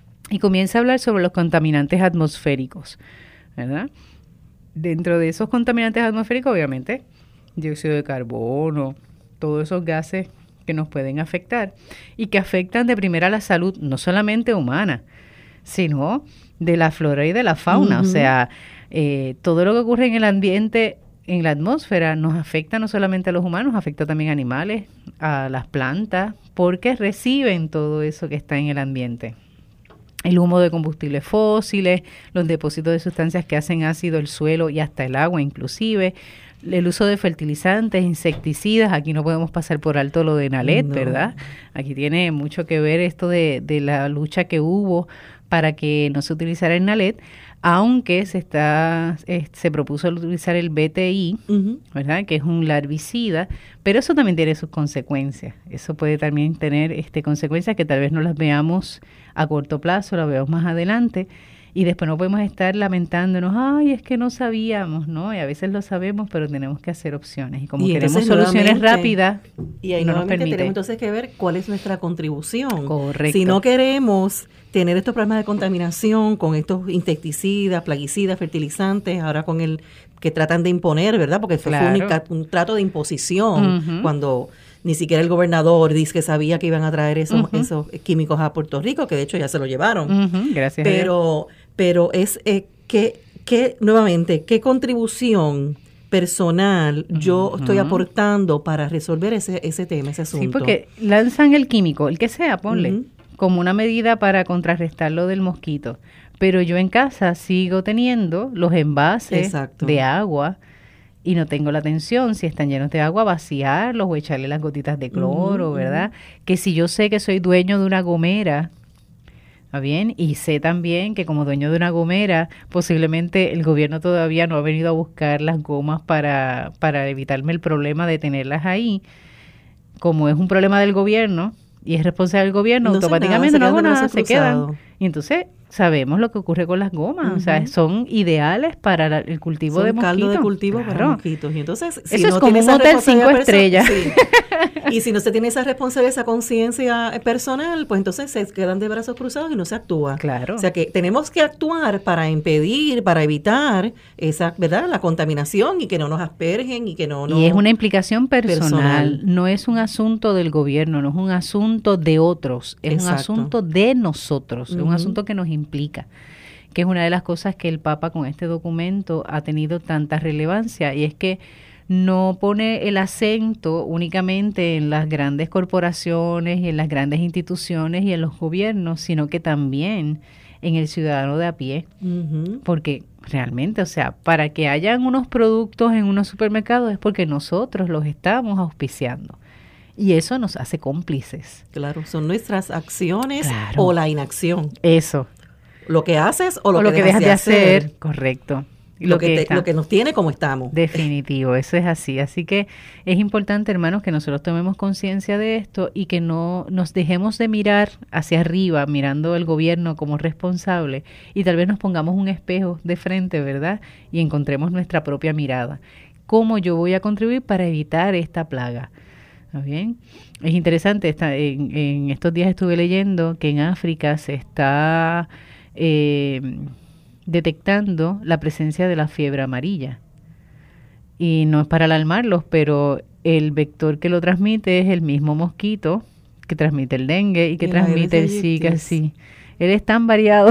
Y comienza a hablar sobre los contaminantes atmosféricos, ¿verdad? Dentro de esos contaminantes atmosféricos, obviamente, dióxido de carbono, todos esos gases que nos pueden afectar y que afectan de primera la salud, no solamente humana, sino de la flora y de la fauna. Uh-huh. O sea, eh, todo lo que ocurre en el ambiente, en la atmósfera, nos afecta no solamente a los humanos, afecta también a animales, a las plantas, porque reciben todo eso que está en el ambiente. El humo de combustibles fósiles, los depósitos de sustancias que hacen ácido el suelo y hasta el agua inclusive, el uso de fertilizantes, insecticidas, aquí no podemos pasar por alto lo de Nalet, no. ¿verdad? Aquí tiene mucho que ver esto de, de la lucha que hubo para que no se utilizara el Nalet, aunque se está eh, se propuso utilizar el B T I, uh-huh. ¿verdad? Que es un larvicida, pero eso también tiene sus consecuencias. Eso puede también tener este consecuencias que tal vez no las veamos a corto plazo, las veamos más adelante. Y después no podemos estar lamentándonos, ay, es que no sabíamos, ¿no? Y a veces lo sabemos, pero tenemos que hacer opciones. Y como y queremos soluciones rápidas, y ahí no nos nuevamente permite. Tenemos entonces que ver cuál es nuestra contribución. Correcto. Si no queremos tener estos problemas de contaminación con estos insecticidas, plaguicidas, fertilizantes, ahora con el que tratan de imponer, ¿verdad? Porque eso claro. fue un, un trato de imposición uh-huh. cuando ni siquiera el gobernador dice que sabía que iban a traer esos, uh-huh. esos químicos a Puerto Rico, que de hecho ya se lo llevaron. Uh-huh. Gracias. Pero, pero es eh, que, que, nuevamente, ¿qué contribución personal yo uh-huh. estoy aportando para resolver ese, ese tema, ese asunto. Sí, porque lanzan el químico, el que sea, ponle, uh-huh. como una medida para contrarrestar lo del mosquito. Pero yo en casa sigo teniendo los envases Exacto. de agua y no tengo la atención, si están llenos de agua, vaciarlos o echarle las gotitas de cloro, uh-huh. ¿verdad? Que si yo sé que soy dueño de una gomera, ¿está bien? Y sé también que como dueño de una gomera, posiblemente el gobierno todavía no ha venido a buscar las gomas para, para evitarme el problema de tenerlas ahí. Como es un problema del gobierno y es responsable del gobierno, no automáticamente nada, no hago nada, se quedan. Y entonces sabemos lo que ocurre con las gomas, uh-huh. o sea, son ideales para la, el cultivo son de mosquitos. caldo de cultivo claro. para mosquitos. Y entonces, si eso no es como un hotel cinco estrellas. Sí. Y si no se tiene esa responsabilidad, esa conciencia personal, pues entonces se quedan de brazos cruzados y no se actúa. Claro. O sea que tenemos que actuar para impedir, para evitar esa, ¿verdad? La contaminación y que no nos aspergen y que no... no y es una implicación personal, personal, no es un asunto del gobierno, no es un asunto de otros, es Exacto. un asunto de nosotros, uh-huh. es un asunto que nos implica, que es una de las cosas que el Papa con este documento ha tenido tanta relevancia, y es que no pone el acento únicamente en las grandes corporaciones y en las grandes instituciones y en los gobiernos, sino que también en el ciudadano de a pie, uh-huh. porque realmente, o sea, para que hayan unos productos en unos supermercados es porque nosotros los estamos auspiciando. Y eso nos hace cómplices. Claro, son nuestras acciones claro. o la inacción. Eso. Lo que haces o lo, o lo que, que dejas, dejas de hacer. hacer. Correcto. Lo, lo, que te, lo que nos tiene como estamos. Definitivo, eso es así. Así que es importante, hermanos, que nosotros tomemos conciencia de esto y que no nos dejemos de mirar hacia arriba, mirando el gobierno como responsable, y tal vez nos pongamos un espejo de frente, ¿verdad? Y encontremos nuestra propia mirada. ¿Cómo yo voy a contribuir para evitar esta plaga? ¿Está bien? Es interesante, está, en, en estos días estuve leyendo que en África se está eh, detectando la presencia de la fiebre amarilla. Y no es para alarmarlos, pero el vector que lo transmite es el mismo mosquito que transmite el dengue y que y transmite el Zika. Sí, él es tan variado.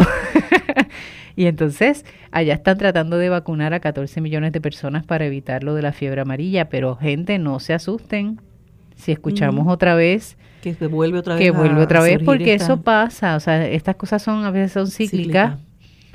Y entonces allá están tratando de vacunar a catorce millones de personas para evitar lo de la fiebre amarilla, pero gente, no se asusten. Si escuchamos mm. otra vez, que se vuelve otra vez, que vuelve otra vez, porque esta... eso pasa, o sea, estas cosas son a veces son cíclicas. Cíclica.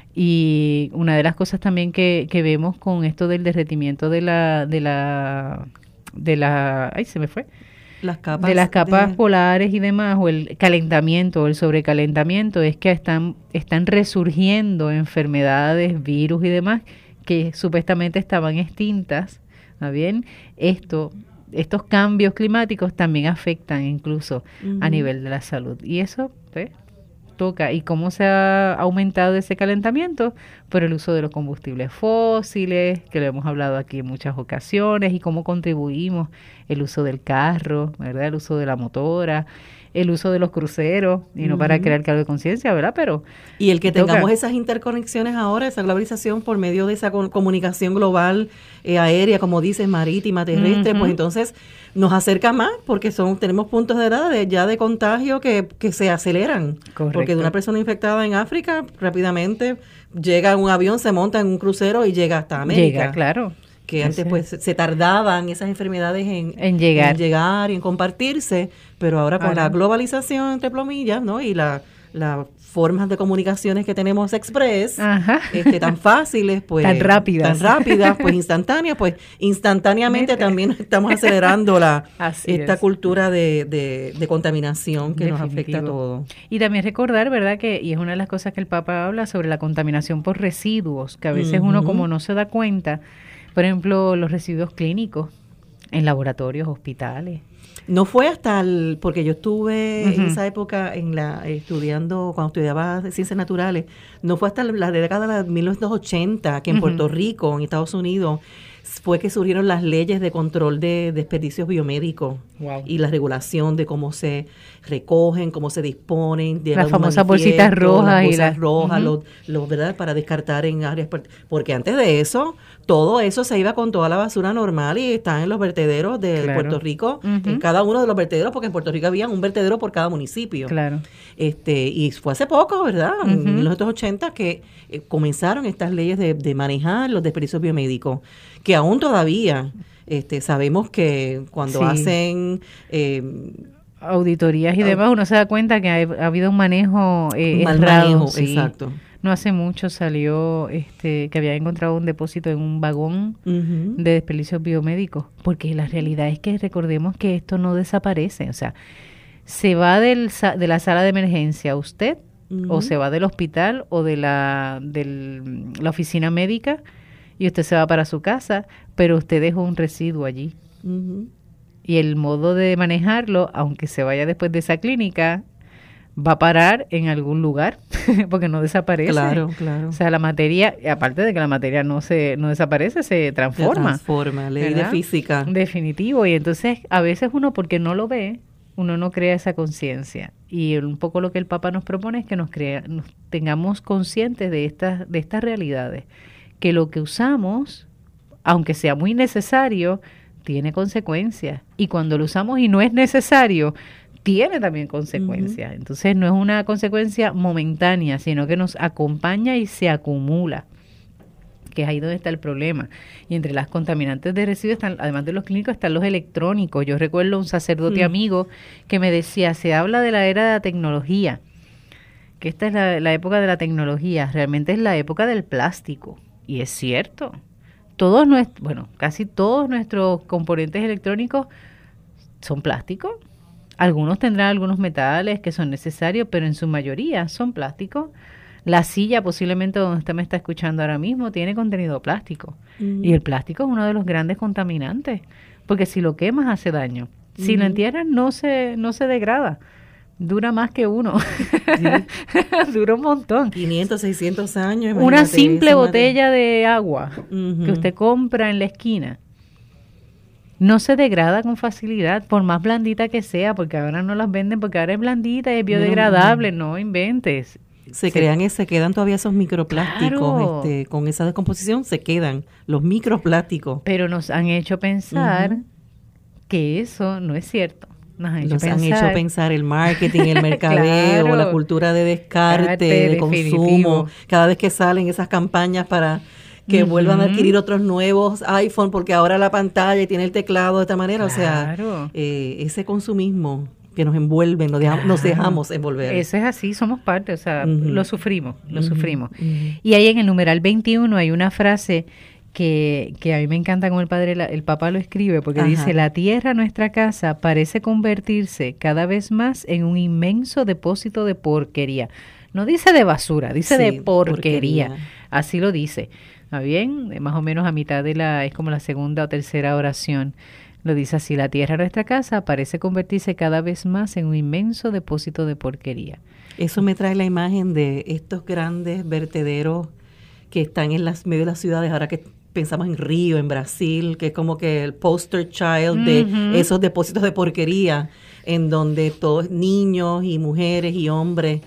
Y una de las cosas también que, que vemos con esto del derretimiento de la de la de la ay se me fue las capas de las capas de... polares y demás, o el calentamiento, o el sobrecalentamiento, es que están están resurgiendo enfermedades, virus y demás que supuestamente estaban extintas. ¿Está bien? Esto estos cambios climáticos también afectan incluso uh-huh. a nivel de la salud, y eso ¿ves? Toca. ¿Y cómo se ha aumentado ese calentamiento? Por el uso de los combustibles fósiles, que lo hemos hablado aquí en muchas ocasiones, y cómo contribuimos el uso del carro, ¿verdad? El uso de la motora, el uso de los cruceros, y no uh-huh. para crear cargo de conciencia, ¿verdad? Pero y el que toca. Tengamos esas interconexiones ahora, esa globalización por medio de esa comunicación global eh, aérea, como dices, marítima, terrestre, uh-huh. pues entonces nos acerca más, porque son tenemos puntos de edad de, ya de contagio que, que se aceleran. Correcto. Porque de una persona infectada en África, rápidamente llega en un avión, se monta en un crucero y llega hasta América. Llega, claro. Que antes pues se tardaban esas enfermedades en, en, llegar. en llegar y en compartirse, pero ahora con ahora. la globalización entre plomillas, ¿no? Y la las formas de comunicaciones que tenemos express, este, tan fáciles, pues tan rápidas, tan rápidas, pues instantáneas, pues instantáneamente también estamos acelerando la Así esta es. cultura de, de, de contaminación que Definitivo. nos afecta a todos. Y también recordar, ¿verdad? Que y es una de las cosas que el Papa habla sobre la contaminación por residuos, que a veces uh-huh. uno como no se da cuenta. Por ejemplo, los residuos clínicos en laboratorios, hospitales. No fue hasta el, porque yo estuve uh-huh. en esa época en la estudiando, cuando estudiaba ciencias naturales, no fue hasta la década de mil novecientos ochenta que en uh-huh. Puerto Rico, en Estados Unidos, fue que surgieron las leyes de control de desperdicios biomédicos wow. y la regulación de cómo se recogen, cómo se disponen, de las famosas bolsitas rojas las bolsas y las rojas, uh-huh. los, los verdad para descartar en áreas, porque antes de eso todo eso se iba con toda la basura normal y está en los vertederos de claro. Puerto Rico, uh-huh. en cada uno de los vertederos, porque en Puerto Rico había un vertedero por cada municipio. Claro. Este y fue hace poco, ¿verdad? Uh-huh. En mil novecientos ochenta que eh, comenzaron estas leyes de, de manejar los desperdicios biomédicos, que que aún todavía este, sabemos que cuando Sí. hacen... Eh, auditorías y demás, uno se da cuenta que ha, ha habido un manejo eh, mal errado, manejo, sí. exacto. No hace mucho salió este que había encontrado un depósito en un vagón Ujú. de desperdicios biomédicos, porque la realidad es que recordemos que esto no desaparece, o sea, se va del, sa- de la sala de emergencia usted, Ujú. o se va del hospital o de la, del, la oficina médica y usted se va para su casa, pero usted dejó un residuo allí. Ujú. Y el modo de manejarlo, aunque se vaya después de esa clínica, va a parar en algún lugar, porque no desaparece. Claro, claro. O sea, la materia, y aparte de que la materia no se no desaparece, se Se transforma. transforma, ley de ¿verdad? física. Definitivo. Y entonces, a veces uno, porque no lo ve, uno no crea esa conciencia. Y un poco lo que el Papa nos propone es que nos, crea, nos tengamos conscientes de estas, de estas realidades. Que lo que usamos, aunque sea muy necesario, tiene consecuencias. Y cuando lo usamos y no es necesario, tiene también consecuencias. Uh-huh. Entonces no es una consecuencia momentánea, sino que nos acompaña y se acumula, que es ahí donde está el problema. Y entre las contaminantes de residuos, están, además de los clínicos, están los electrónicos. Yo recuerdo un sacerdote uh-huh. amigo que me decía, se habla de la era de la tecnología, que esta es la, la época de la tecnología, realmente es la época del plástico. Y es cierto. Todos nuestros, bueno, casi todos nuestros componentes electrónicos son plásticos. Algunos tendrán algunos metales que son necesarios, pero en su mayoría son plásticos. La silla, posiblemente donde usted me está escuchando ahora mismo, tiene contenido plástico. Mm. Y el plástico es uno de los grandes contaminantes, porque si lo quemas hace daño. Mm. Si lo entierras no se, no se degrada. Dura más que uno. Sí. Dura un montón. quinientos, seiscientos años. Una simple botella madre. de agua uh-huh. que usted compra en la esquina no se degrada con facilidad, por más blandita que sea, porque ahora no las venden, porque ahora es blandita y es biodegradable. No, no inventes. Se, se crean, se quedan todavía esos microplásticos. Claro. Este, con esa descomposición se quedan los microplásticos. Pero nos han hecho pensar uh-huh. que eso no es cierto. Nos han hecho, Nos pensar. han hecho pensar el marketing, el mercadeo, claro. la cultura de descarte, Carte, de definitivo. consumo. Cada vez que salen esas campañas para que uh-huh. vuelvan a adquirir otros nuevos iPhone, porque ahora la pantalla tiene el teclado de esta manera. Claro. O sea, eh, ese consumismo que nos envuelve, nos dejamos, claro. nos dejamos envolver. Eso es así, somos parte, o sea, uh-huh. lo sufrimos, lo uh-huh. sufrimos. Uh-huh. Y ahí en el numeral veintiuno hay una frase que, que a mí me encanta como el padre, la, el Papa lo escribe, porque Ajá. dice, la tierra, nuestra casa, parece convertirse cada vez más en un inmenso depósito de porquería. No dice de basura, dice sí, de porquería. porquería. Así lo dice. ¿Está bien? Más o menos a mitad de la, es como la segunda o tercera oración. Lo dice así, la tierra, nuestra casa, parece convertirse cada vez más en un inmenso depósito de porquería. Eso me trae la imagen de estos grandes vertederos que están en las medio de las ciudades, ahora que pensamos en Río, en Brasil, que es como que el poster child de uh-huh. esos depósitos de porquería, en donde todos niños y mujeres y hombres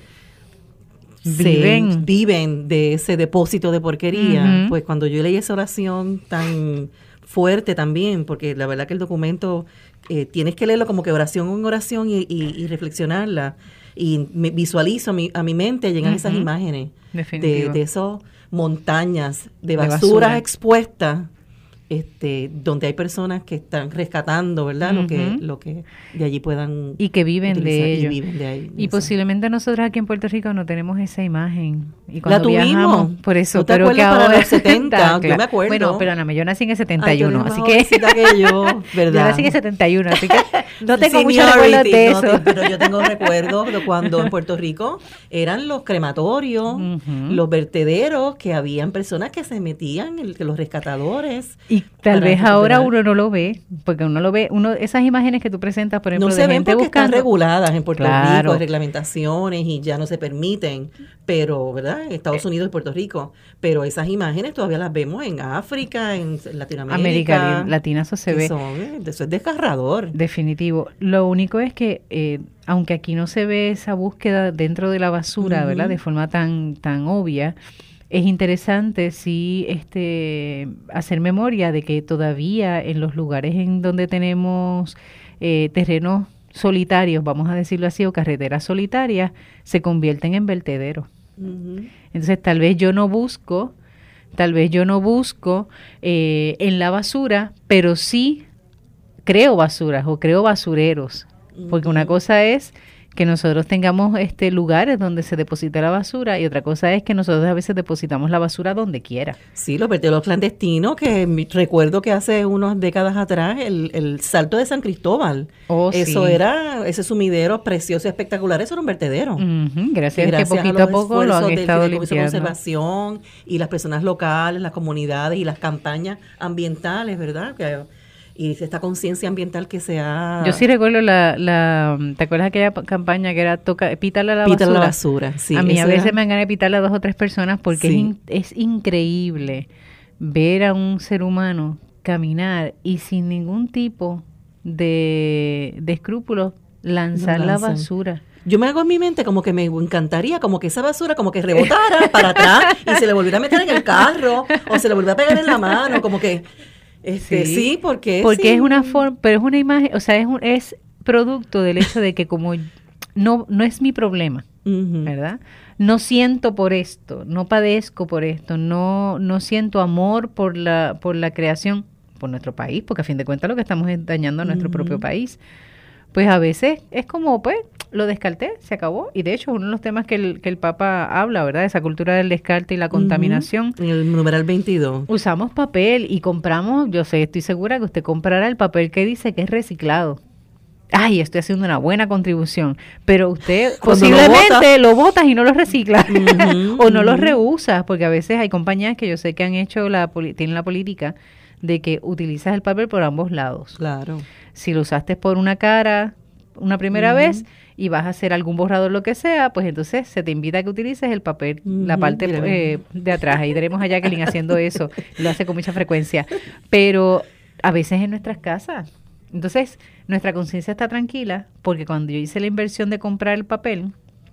viven, se, viven de ese depósito de porquería. Uh-huh. Pues cuando yo leí esa oración tan fuerte también, porque la verdad que el documento eh, tienes que leerlo como que oración en oración y, y, y reflexionarla, y me visualizo a mi, a mi mente, llegan uh-huh. esas imágenes de, de esos montañas de basura, de basura expuestas, este, donde hay personas que están rescatando, ¿verdad? Uh-huh. Lo que lo que de allí puedan y que viven de ello. Y, viven de ahí, y posiblemente nosotros aquí en Puerto Rico no tenemos esa imagen. Y la tuvimos. Viajamos, por eso, ¿No te pero que ahora para los setenta, claro. Yo me acuerdo. Bueno, perdóname, yo nací en el setenta y uno, Ay, así que que yo, ¿verdad? Yo nací en el setenta y uno, así que no tengo muchos recuerdos de eso. No, pero yo tengo recuerdos de cuando en Puerto Rico eran los crematorios, uh-huh. los vertederos, que habían personas que se metían, el, que los rescatadores. Y tal vez ahora uno no lo ve, porque uno lo ve, uno esas imágenes que tú presentas, por ejemplo, no de se ven gente porque buscando, están reguladas en Puerto claro. Rico, hay reglamentaciones y ya no se permiten, pero, ¿verdad? En Estados Unidos y Puerto Rico, pero esas imágenes todavía las vemos en África, en Latinoamérica. América Latina, eso se ve. Son, eso es desgarrador. Definitivo. Lo único es que, eh, aunque aquí no se ve esa búsqueda dentro de la basura, uh-huh. ¿verdad? De forma tan, tan obvia, es interesante sí este hacer memoria de que todavía en los lugares en donde tenemos eh, terrenos solitarios, vamos a decirlo así, o carreteras solitarias, se convierten en vertederos. Uh-huh. Entonces tal vez yo no busco Tal vez yo no busco eh, en la basura, pero sí creo basuras o creo basureros. Porque una cosa es que nosotros tengamos este lugares donde se deposita la basura y otra cosa es que nosotros a veces depositamos la basura donde quiera. Sí, los vertederos clandestinos, que mi- recuerdo que hace unas décadas atrás el, el Salto de San Cristóbal, Oh, eso sí. era, ese sumidero precioso y espectacular, eso era un vertedero. Ujú, gracias, Que que gracias poquito a a los poco lo esfuerzos han del estado Fideicomiso de limpiando. Conservación y las personas locales, las comunidades y las campañas ambientales, ¿verdad? Que, y esta conciencia ambiental que se ha... Yo sí recuerdo la, la, ¿te acuerdas aquella p- campaña que era toca, pítale a la Pítale basura? la basura, sí. a mí a eso veces era- me han ganas de pitarle a dos o tres personas porque es, Sí. in- es increíble ver a un ser humano caminar y sin ningún tipo de, de escrúpulos lanzar Lo la lanzan. basura. Yo me hago en mi mente como que me encantaría, como que esa basura como que rebotara para atrás y se le volviera a meter en el carro o se le volviera a pegar en la mano, como que, este, sí, Sí, porque... Porque sí. es una forma, pero es una imagen, o sea, es, un, es producto del hecho de que como no, no es mi problema, Ujú. ¿verdad? No siento por esto, no padezco por esto, no, no siento amor por la, por la creación, por nuestro país, porque a fin de cuentas lo que estamos es dañando a nuestro Ujú. propio país. Pues a veces es como, pues, lo descarté, se acabó. Y de hecho, uno de los temas que el, que el Papa habla, ¿verdad? Esa cultura del descarte y la contaminación. En el numeral veintidós. Usamos papel y compramos, yo sé, estoy segura que usted comprará el papel que dice que es reciclado. Ay, estoy haciendo una buena contribución, pero usted Cuando lo posiblemente lo botas y no lo recicla Ujú, o no lo ujú. reusas, porque a veces hay compañías que yo sé que han hecho la poli- tienen la política de que utilizas el papel por ambos lados. Claro. Si lo usaste por una cara una primera Ujú. vez y vas a hacer algún borrador, lo que sea, pues entonces se te invita a que utilices el papel, la Ujú, parte mira. eh, de atrás. Ahí tenemos a Jacqueline haciendo eso, lo hace con mucha frecuencia. Pero a veces en nuestras casas. Entonces, nuestra conciencia está tranquila porque cuando yo hice la inversión de comprar el papel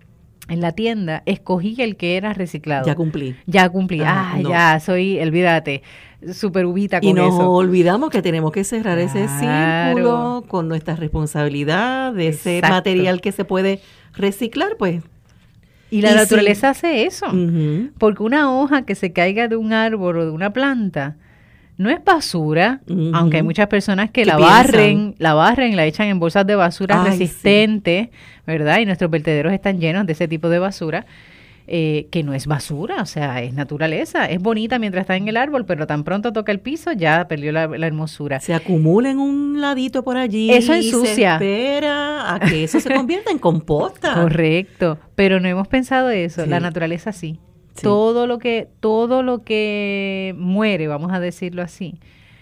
en la tienda, escogí el que era reciclado. Ya cumplí. Ya cumplí. Ah, Ah, no. ya, soy, olvídate, super ubita con Y nos eso. olvidamos que tenemos que cerrar ese Claro. círculo con nuestra responsabilidad de ese Exacto. material que se puede reciclar, pues. Y la Y naturaleza hace eso. Ujú. Porque una hoja que se caiga de un árbol o de una planta no es basura, Ujú. aunque hay muchas personas que ¿Qué la piensan? barren, la barren, la echan en bolsas de basura Ay, resistentes, ¿verdad? Y nuestros vertederos están llenos de ese tipo de basura, eh, que no es basura, o sea, es naturaleza. Es bonita mientras está en el árbol, pero tan pronto toca el piso, ya perdió la, la hermosura. Se acumula en un ladito por allí. Eso y ensucia. se espera a que eso se convierta en composta. Correcto, pero no hemos pensado eso, Sí. la naturaleza sí. Sí. Todo lo que todo lo que muere, vamos a decirlo así,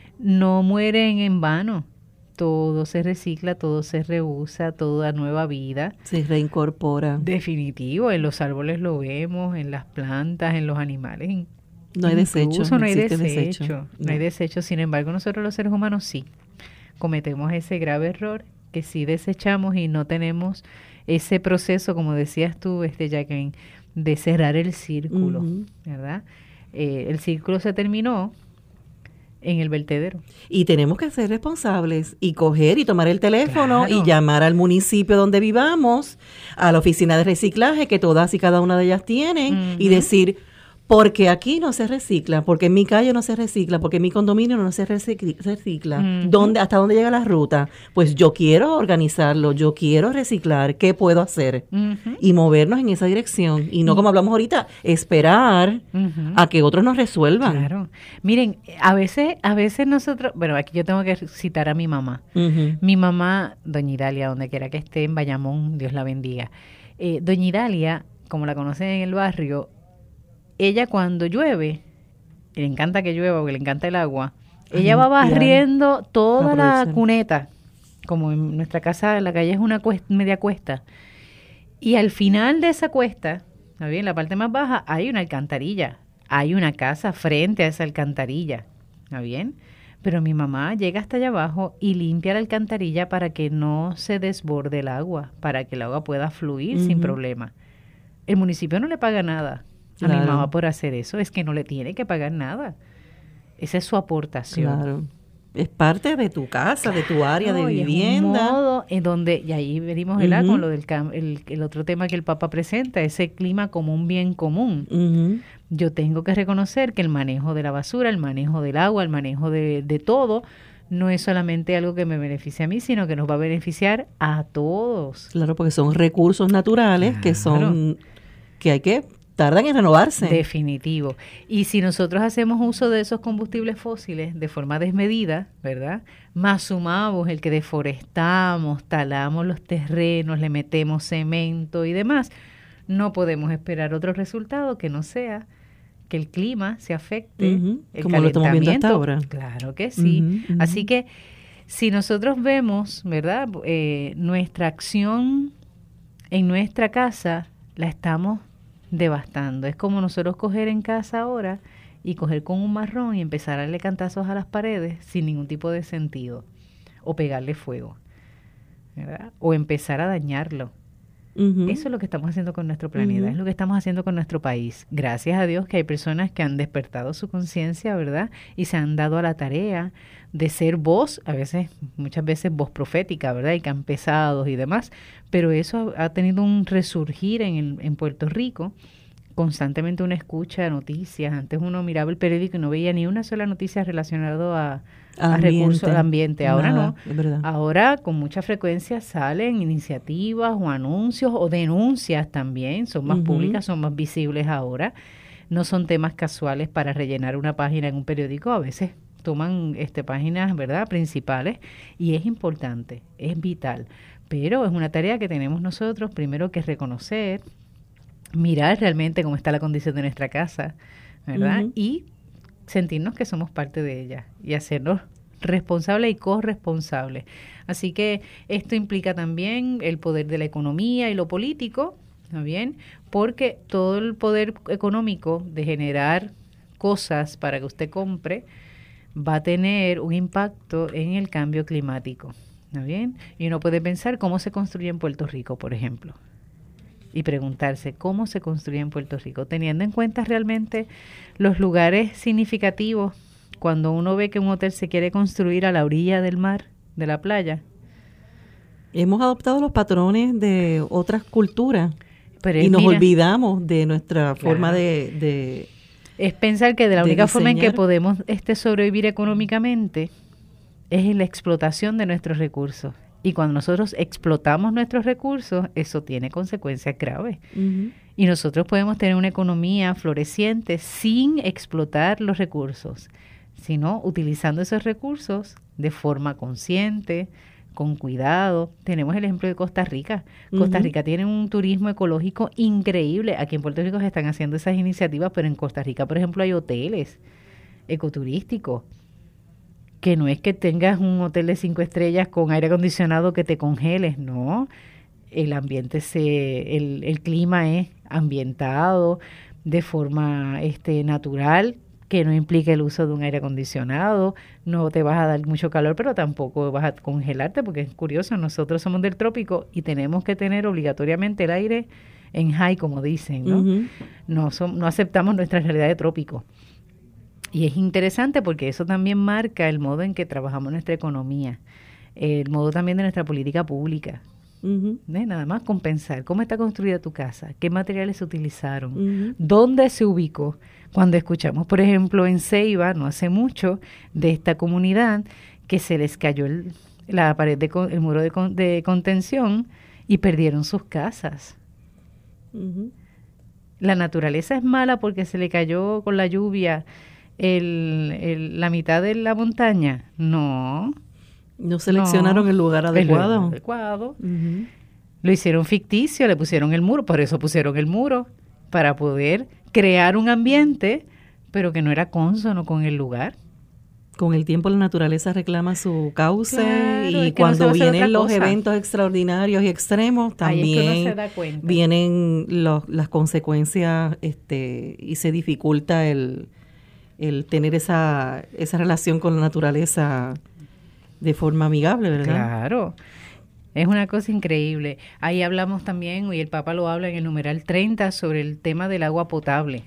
no muere en, en vano. Todo se recicla, todo se reusa, todo da nueva vida. Se reincorpora. Definitivo, en los árboles lo vemos, en las plantas, en los animales. en- No hay desecho. incluso no hay existe desecho, no hay No. desecho. Sin embargo, nosotros los seres humanos sí cometemos ese grave error que sí desechamos y no tenemos ese proceso, como decías tú, este Jacqueline, de cerrar el círculo, Ujú. ¿verdad? Eh, el círculo se terminó en el vertedero. Y tenemos que ser responsables y coger y tomar el teléfono Claro. y llamar al municipio donde vivamos, a la oficina de reciclaje que todas y cada una de ellas tienen, y Ujú. decir, porque aquí no se recicla, porque en mi calle no se recicla, porque en mi condominio no se recicli- recicla. Ujú. ¿Dónde, ¿Hasta dónde llega la ruta? Pues yo quiero organizarlo, yo quiero reciclar, ¿qué puedo hacer? Ujú. Y movernos en esa dirección. Y no, como hablamos ahorita, esperar Ujú. a que otros nos resuelvan. Claro. Miren, a veces, a veces nosotros, bueno, aquí yo tengo que citar a mi mamá. Ujú. Mi mamá, doña Idalia, donde quiera que esté, en Bayamón, Dios la bendiga. Eh, doña Idalia, como la conocen en el barrio, ella cuando llueve, le encanta que llueva porque le encanta el agua, ella Ay, va Idalia. barriendo toda la Aprovechar. cuneta, como en nuestra casa, la calle es una cuesta, media cuesta, y al final de esa cuesta, ¿está bien? La parte más baja, hay una alcantarilla, hay una casa frente a esa alcantarilla, ¿está bien? Pero mi mamá llega hasta allá abajo y limpia la alcantarilla para que no se desborde el agua, para que el agua pueda fluir sin Ujú. problema. El municipio no le paga nada a mi Claro. mamá por hacer eso, es que no le tiene que pagar nada. Esa es su aportación. Claro. Es parte de tu casa, de tu área de No, y es un vivienda. modo en donde, y ahí venimos, ¿verdad? Ujú. Con lo del cam- el, el otro tema que el Papa presenta, ese clima como un bien común. Ujú. Yo tengo que reconocer que el manejo de la basura, el manejo del agua, el manejo de, de todo, no es solamente algo que me beneficia a mí, sino que nos va a beneficiar a todos. Claro, porque son recursos naturales que son, que hay que, tardan en renovarse. Definitivo. Y si nosotros hacemos uso de esos combustibles fósiles de forma desmedida, ¿verdad? Más sumamos el que deforestamos, talamos los terrenos, le metemos cemento y demás, no podemos esperar otro resultado que no sea que el clima se afecte, Ujú, el como lo estamos viendo hasta calentamiento. ahora. Claro que sí. Ujú, ujú. Así que si nosotros vemos, ¿verdad? Eh, nuestra acción en nuestra casa la estamos devastando. Es como nosotros coger en casa ahora y coger con un marrón y empezar a darle cantazos a las paredes sin ningún tipo de sentido. O pegarle fuego, ¿verdad? O empezar a dañarlo. Ujú. Eso es lo que estamos haciendo con nuestro planeta, Ujú. es lo que estamos haciendo con nuestro país. Gracias a Dios que hay personas que han despertado su conciencia, ¿verdad? Y se han dado a la tarea de ser voz, a veces, muchas veces voz profética, ¿verdad? Y que han pesado y demás. Pero eso ha tenido un resurgir en, el, en Puerto Rico. Constantemente uno escucha noticias. Antes uno miraba el periódico y no veía ni una sola noticia relacionada a, a Ambiente. recursos del ambiente. Ahora Nada, no. es verdad. Ahora con mucha frecuencia salen iniciativas o anuncios o denuncias también. Son más Ujú. públicas, son más visibles ahora. No son temas casuales para rellenar una página en un periódico. A veces toman este páginas, ¿verdad?, principales, y es importante, es vital. Pero es una tarea que tenemos nosotros primero que reconocer, mirar realmente cómo está la condición de nuestra casa, ¿verdad? Ujú. Y sentirnos que somos parte de ella y hacernos responsables y corresponsables. Así que esto implica también el poder de la economía y lo político, ¿está bien? Porque todo el poder económico de generar cosas para que usted compre va a tener un impacto en el cambio climático, ¿está bien? Y uno puede pensar cómo se construye en Puerto Rico, por ejemplo, y preguntarse cómo se construye en Puerto Rico, teniendo en cuenta realmente los lugares significativos cuando uno ve que un hotel se quiere construir a la orilla del mar, de la playa. Hemos adoptado los patrones de otras culturas Pero y es, nos mira, olvidamos de nuestra Claro. forma de, de es pensar que de la de única forma en que diseñar. podemos este sobrevivir económicamente es en la explotación de nuestros recursos. Y cuando nosotros explotamos nuestros recursos, eso tiene consecuencias graves. Ujú. Y nosotros podemos tener una economía floreciente sin explotar los recursos, sino utilizando esos recursos de forma consciente, con cuidado. Tenemos el ejemplo de Costa Rica. Costa Ujú. Rica tiene un turismo ecológico increíble. Aquí en Puerto Rico se están haciendo esas iniciativas, pero en Costa Rica, por ejemplo, hay hoteles ecoturísticos, que no es que tengas un hotel de cinco estrellas con aire acondicionado que te congeles, no. El ambiente, se, el, el clima es ambientado de forma este, natural, que no implica el uso de un aire acondicionado. No te vas a dar mucho calor, pero tampoco vas a congelarte, porque es curioso, nosotros somos del trópico y tenemos que tener obligatoriamente el aire en high, como dicen, ¿no? Ujú. No, son, no aceptamos nuestra realidad de trópico. Y es interesante porque eso también marca el modo en que trabajamos nuestra economía, el modo también de nuestra política pública. Ujú. ¿Ves? Nada más con pensar cómo está construida tu casa, qué materiales se utilizaron, Ujú. dónde se ubicó. Cuando escuchamos, por ejemplo, en Ceiba, no hace mucho, de esta comunidad que se les cayó el, la pared, de, con- el muro de, con- de contención y perdieron sus casas. Ujú. La naturaleza es mala porque se le cayó con la lluvia el, el- la mitad de la montaña. No. No seleccionaron no. el lugar El adecuado. lugar adecuado. Ujú. Lo hicieron ficticio, le pusieron el muro, por eso pusieron el muro, para poder crear un ambiente, pero que no era cónsono con el lugar. Con el tiempo la naturaleza reclama su cauce Claro, y es que no se cuando va a hacer vienen otra los cosa. eventos extraordinarios y extremos Ahí es que uno también se da cuenta. vienen los- las consecuencias este, y se dificulta el, el tener esa, esa relación con la naturaleza de forma amigable, ¿verdad? Claro, es una cosa increíble. Ahí hablamos también, y el Papa lo habla en el numeral treinta, sobre el tema del agua potable.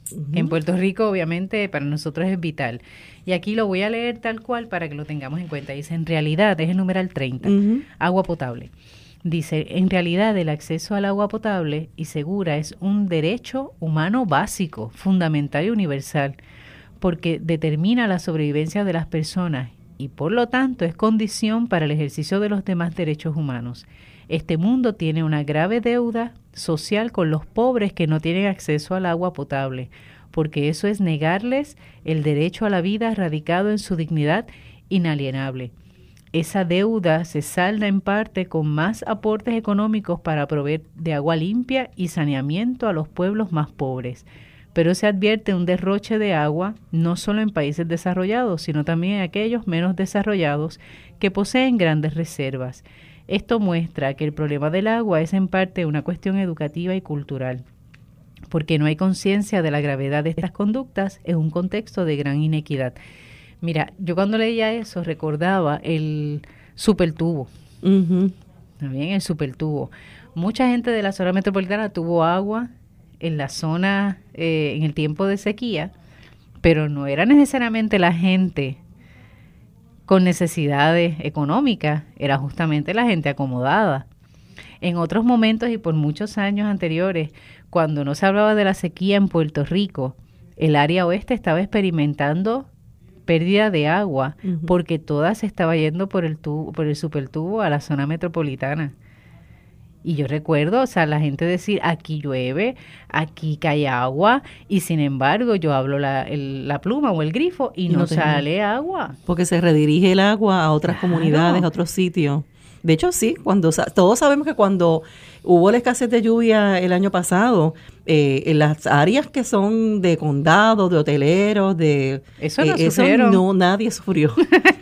Uh-huh. En Puerto Rico, obviamente, para nosotros es vital. Y aquí lo voy a leer tal cual para que lo tengamos en cuenta. Dice, en realidad, es el numeral treinta, uh-huh. agua potable. Dice, en realidad el acceso al agua potable y segura es un derecho humano básico, fundamental y universal, porque determina la sobrevivencia de las personas y por lo tanto es condición para el ejercicio de los demás derechos humanos. Este mundo tiene una grave deuda social con los pobres que no tienen acceso al agua potable, porque eso es negarles el derecho a la vida radicado en su dignidad inalienable. Esa deuda se salda en parte con más aportes económicos para proveer de agua limpia y saneamiento a los pueblos más pobres. Pero se advierte un derroche de agua no solo en países desarrollados, sino también en aquellos menos desarrollados que poseen grandes reservas. Esto muestra que el problema del agua es en parte una cuestión educativa y cultural, porque no hay conciencia de la gravedad de estas conductas en un contexto de gran inequidad. Mira, yo cuando leía eso recordaba el supertubo. Uh-huh. También el supertubo. Mucha gente de la zona metropolitana tuvo agua en la zona, eh, en el tiempo de sequía, pero no era necesariamente la gente con necesidades económicas, era justamente la gente acomodada. En otros momentos y por muchos años anteriores, cuando no se hablaba de la sequía en Puerto Rico, el área oeste estaba experimentando pérdida de agua, uh-huh. porque toda se estaba yendo por el tubo, por el supertubo a la zona metropolitana. Y yo recuerdo, o sea, la gente decir, aquí llueve, aquí cae agua, y sin embargo yo hablo la, el, la pluma o el grifo y, y no, no sale agua. Porque se redirige el agua a otras claro. comunidades, a otros sitios. De hecho, sí, cuando todos sabemos que cuando hubo la escasez de lluvia el año pasado, eh, en las áreas que son de condados, de hoteleros, de... Eso no eh, sufrieron. Eso no, nadie sufrió.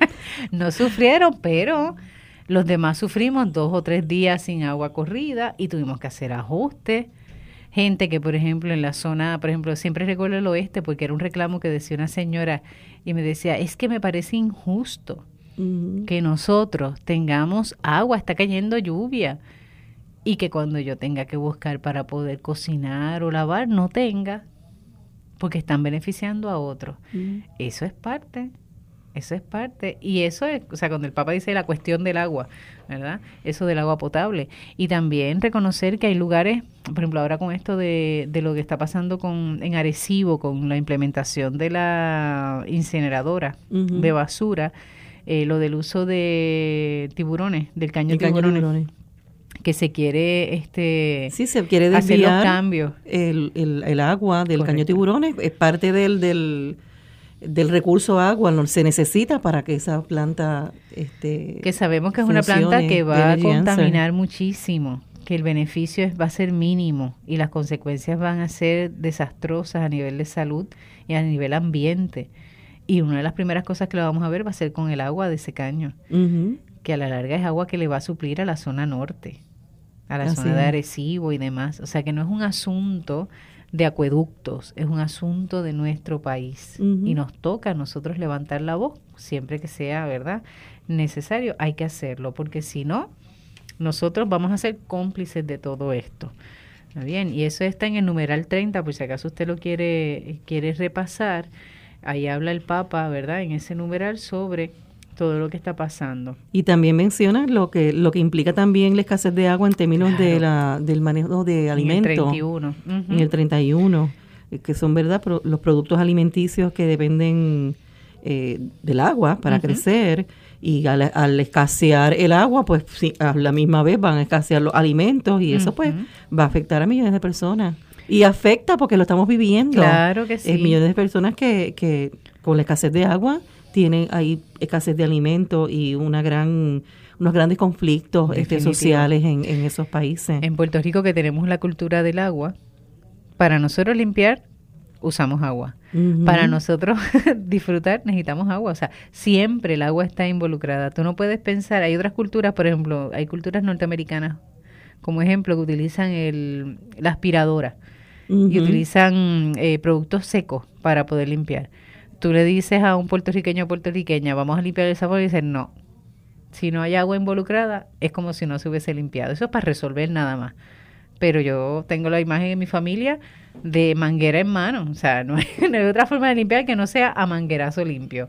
No sufrieron, pero los demás sufrimos dos o tres días sin agua corrida y tuvimos que hacer ajustes. Gente que, por ejemplo, en la zona, por ejemplo, siempre recuerdo el oeste porque era un reclamo que decía una señora y me decía, es que me parece injusto uh-huh. que nosotros tengamos agua, está cayendo lluvia, y que cuando yo tenga que buscar para poder cocinar o lavar, no tenga, porque están beneficiando a otros. Uh-huh. Eso es parte, eso es parte, y eso es, o sea, cuando el Papa dice la cuestión del agua, ¿verdad? Eso del agua potable. Y también reconocer que hay lugares, por ejemplo, ahora con esto de, de lo que está pasando con en Arecibo, con la implementación de la incineradora uh-huh. de basura, eh, lo del uso de tiburones, del caño de tiburones. tiburones. Que se quiere este sí se quiere desviar hacer los cambios el, el, el agua del Correcto. Caño de tiburones es parte del del, del recurso agua, no se necesita para que esa planta este que sabemos que es una planta que va a contaminar muchísimo, que el beneficio es, va a ser mínimo y las consecuencias van a ser desastrosas a nivel de salud y a nivel ambiente, y una de las primeras cosas que lo vamos a ver va a ser con el agua de ese caño, uh-huh. que a la larga es agua que le va a suplir a la zona norte, a la Así zona es. de Arecibo y demás. O sea que no es un asunto de acueductos, es un asunto de nuestro país. Uh-huh. Y nos toca a nosotros levantar la voz, siempre que sea, ¿verdad?, necesario, hay que hacerlo, porque si no, nosotros vamos a ser cómplices de todo esto. ¿Está bien? Y eso está en el numeral treinta, por si acaso usted lo quiere, quiere repasar. Ahí habla el Papa, ¿verdad?, en ese numeral sobre todo lo que está pasando. Y también menciona lo que lo que implica también la escasez de agua en términos claro. de la del manejo de alimentos. En el treinta y uno. Uh-huh. En el treinta y uno, que son, ¿verdad?, pro, los productos alimenticios que dependen eh, del agua para uh-huh. crecer, y al, al escasear el agua, pues sí, a la misma vez van a escasear los alimentos, y eso uh-huh. pues va a afectar a millones de personas. Y afecta porque lo estamos viviendo. Claro que sí. Eh, millones de personas que, que con la escasez de agua tienen ahí escasez de alimentos y una gran unos grandes conflictos este, sociales en, en esos países. En Puerto Rico, que tenemos la cultura del agua, para nosotros limpiar usamos agua. Uh-huh. Para nosotros disfrutar necesitamos agua. O sea, siempre el agua está involucrada. Tú no puedes pensar, hay otras culturas, por ejemplo, hay culturas norteamericanas, como ejemplo, que utilizan el, la aspiradora uh-huh. y utilizan eh, productos secos para poder limpiar. Tú le dices a un puertorriqueño o puertorriqueña, vamos a limpiar el sabor, y dicen no. Si no hay agua involucrada, es como si no se hubiese limpiado. Eso es para resolver nada más. pero yo tengo la imagen en mi familia de manguera en mano, o sea, no hay, no hay otra forma de limpiar que no sea a manguerazo limpio.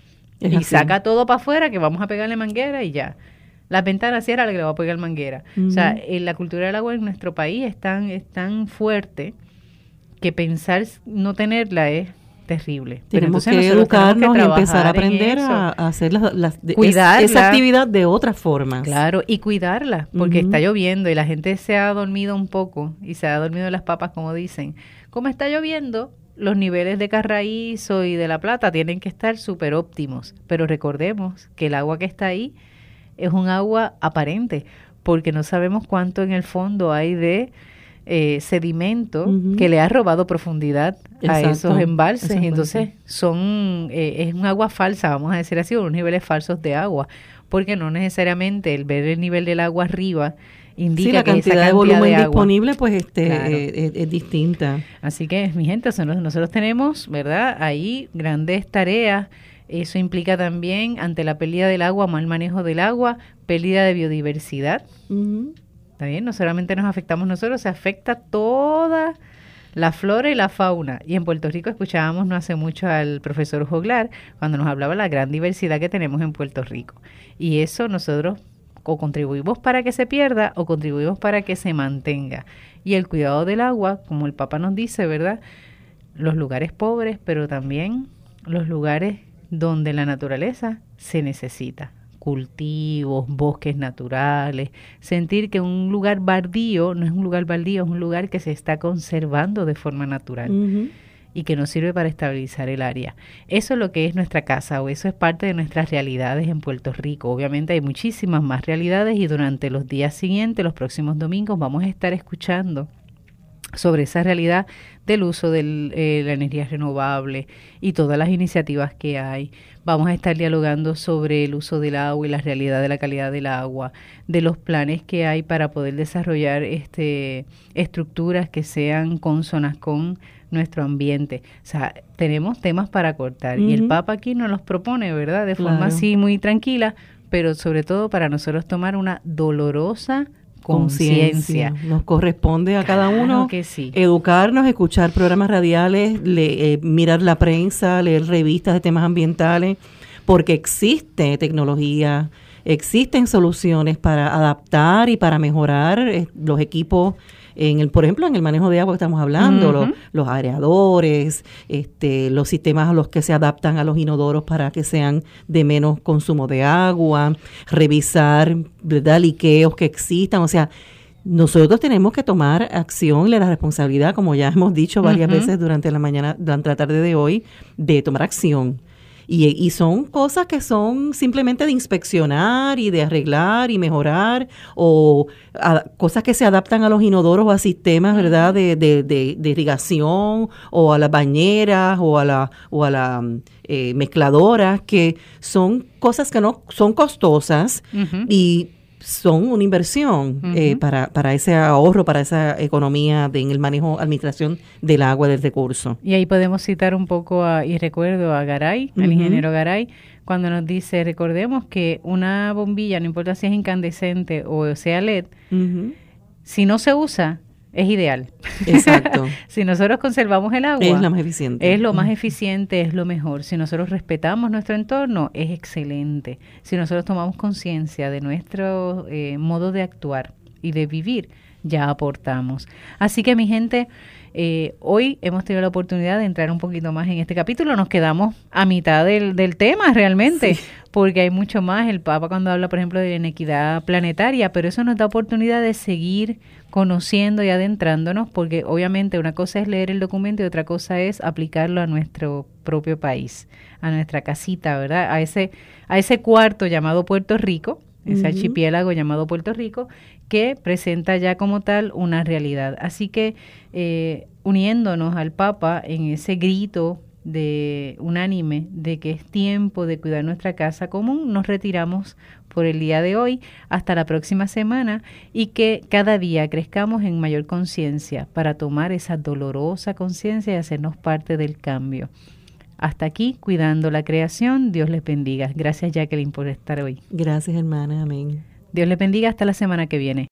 Es y así. saca todo para afuera, que vamos a pegarle manguera y ya. Las ventanas cierra la que le va a pegar manguera. Uh-huh. O sea, en la cultura del agua en nuestro país es tan, es tan fuerte que pensar no tenerla es terrible. Tenemos que educarnos tenemos que y empezar a aprender a, a hacer las, las de, cuidarla, es, esa actividad de otras formas. Claro, y cuidarla, porque uh-huh. está lloviendo y la gente se ha dormido un poco y se ha dormido las papas, como dicen. Como está lloviendo, los niveles de Carraízo y de La Plata tienen que estar súper óptimos, pero recordemos que el agua que está ahí es un agua aparente, porque no sabemos cuánto en el fondo hay de eh, sedimento uh-huh. que le ha robado profundidad Exacto. a esos embalses, y entonces son eh, es un agua falsa, vamos a decir así, unos niveles falsos de agua, porque no necesariamente el ver el nivel del agua arriba indica sí, la que cantidad, esa cantidad de volumen de agua, disponible pues este claro. es, es, es distinta. Así que, mi gente, nosotros, nosotros tenemos, ¿verdad?, ahí grandes tareas. Eso implica también, ante la pérdida del agua, mal manejo del agua, pérdida de biodiversidad. Uh-huh. ¿Está bien? No solamente nos afectamos nosotros, se afecta toda la flora y la fauna. Y en Puerto Rico escuchábamos no hace mucho al profesor Joglar cuando nos hablaba de la gran diversidad que tenemos en Puerto Rico. Y eso nosotros o contribuimos para que se pierda o contribuimos para que se mantenga. Y el cuidado del agua, como el Papa nos dice, ¿verdad?, los lugares pobres, pero también los lugares donde la naturaleza se necesita. Cultivos, bosques naturales, sentir que un lugar baldío no es un lugar baldío, es un lugar que se está conservando de forma natural uh-huh. y que nos sirve para estabilizar el área. Eso es lo que es nuestra casa, o eso es parte de nuestras realidades en Puerto Rico. Obviamente hay muchísimas más realidades y durante los días siguientes, los próximos domingos, vamos a estar escuchando sobre esa realidad del uso de eh, la energía renovable y todas las iniciativas que hay. Vamos a estar dialogando sobre el uso del agua y la realidad de la calidad del agua, de los planes que hay para poder desarrollar este estructuras que sean cónsonas con nuestro ambiente. O sea, tenemos temas para cortar uh-huh. y el Papa aquí nos los propone, ¿verdad?, de forma claro. así muy tranquila, pero sobre todo para nosotros tomar una dolorosa conciencia. Nos corresponde a cada claro uno que sí. educarnos, escuchar programas radiales, le, eh, mirar la prensa, leer revistas de temas ambientales, porque existe tecnología, existen soluciones para adaptar y para mejorar eh, los equipos, en el, por ejemplo, en el manejo de agua que estamos hablando, uh-huh. los, los aereadores, este, los sistemas a los que se adaptan a los inodoros para que sean de menos consumo de agua, revisar, ¿verdad?, liqueos que existan. O sea, nosotros tenemos que tomar acción y la responsabilidad, como ya hemos dicho varias uh-huh. veces durante la mañana, durante la tarde de hoy, de tomar acción. Y, y son cosas que son simplemente de inspeccionar y de arreglar y mejorar, o a, cosas que se adaptan a los inodoros o a sistemas, ¿verdad?, de, de, de, de irrigación, o a las bañeras, o a la o a la eh, mezcladoras, que son cosas que no son costosas uh-huh. y son una inversión uh-huh. eh, para, para ese ahorro, para esa economía de, en el manejo, administración del agua, del recurso. Y ahí podemos citar un poco, a, y recuerdo a Garay, uh-huh. al ingeniero Garay, cuando nos dice, recordemos que una bombilla, no importa si es incandescente o sea L E D, uh-huh. si no se usa, es ideal. Exacto. Si nosotros conservamos el agua, es lo más eficiente. Es lo más eficiente, es lo mejor. Si nosotros respetamos nuestro entorno, es excelente. Si nosotros tomamos conciencia de nuestro eh, modo de actuar y de vivir, ya aportamos. Así que, mi gente, eh, hoy hemos tenido la oportunidad de entrar un poquito más en este capítulo. Nos quedamos a mitad del, del tema realmente, sí. porque hay mucho más. El Papa cuando habla, por ejemplo, de inequidad planetaria, pero eso nos da oportunidad de seguir conociendo y adentrándonos, porque obviamente una cosa es leer el documento y otra cosa es aplicarlo a nuestro propio país, a nuestra casita, ¿verdad? A ese, a ese cuarto llamado Puerto Rico, ese uh-huh. archipiélago llamado Puerto Rico, que presenta ya como tal una realidad. Así que eh, uniéndonos al Papa en ese grito de unánime de que es tiempo de cuidar nuestra casa común, nos retiramos por el día de hoy hasta la próxima semana, y que cada día crezcamos en mayor conciencia para tomar esa dolorosa conciencia y hacernos parte del cambio. Hasta aquí, cuidando la creación. Dios les bendiga. Gracias, Jacqueline, por estar hoy. Gracias, hermana. Amén. Dios les bendiga. Hasta la semana que viene.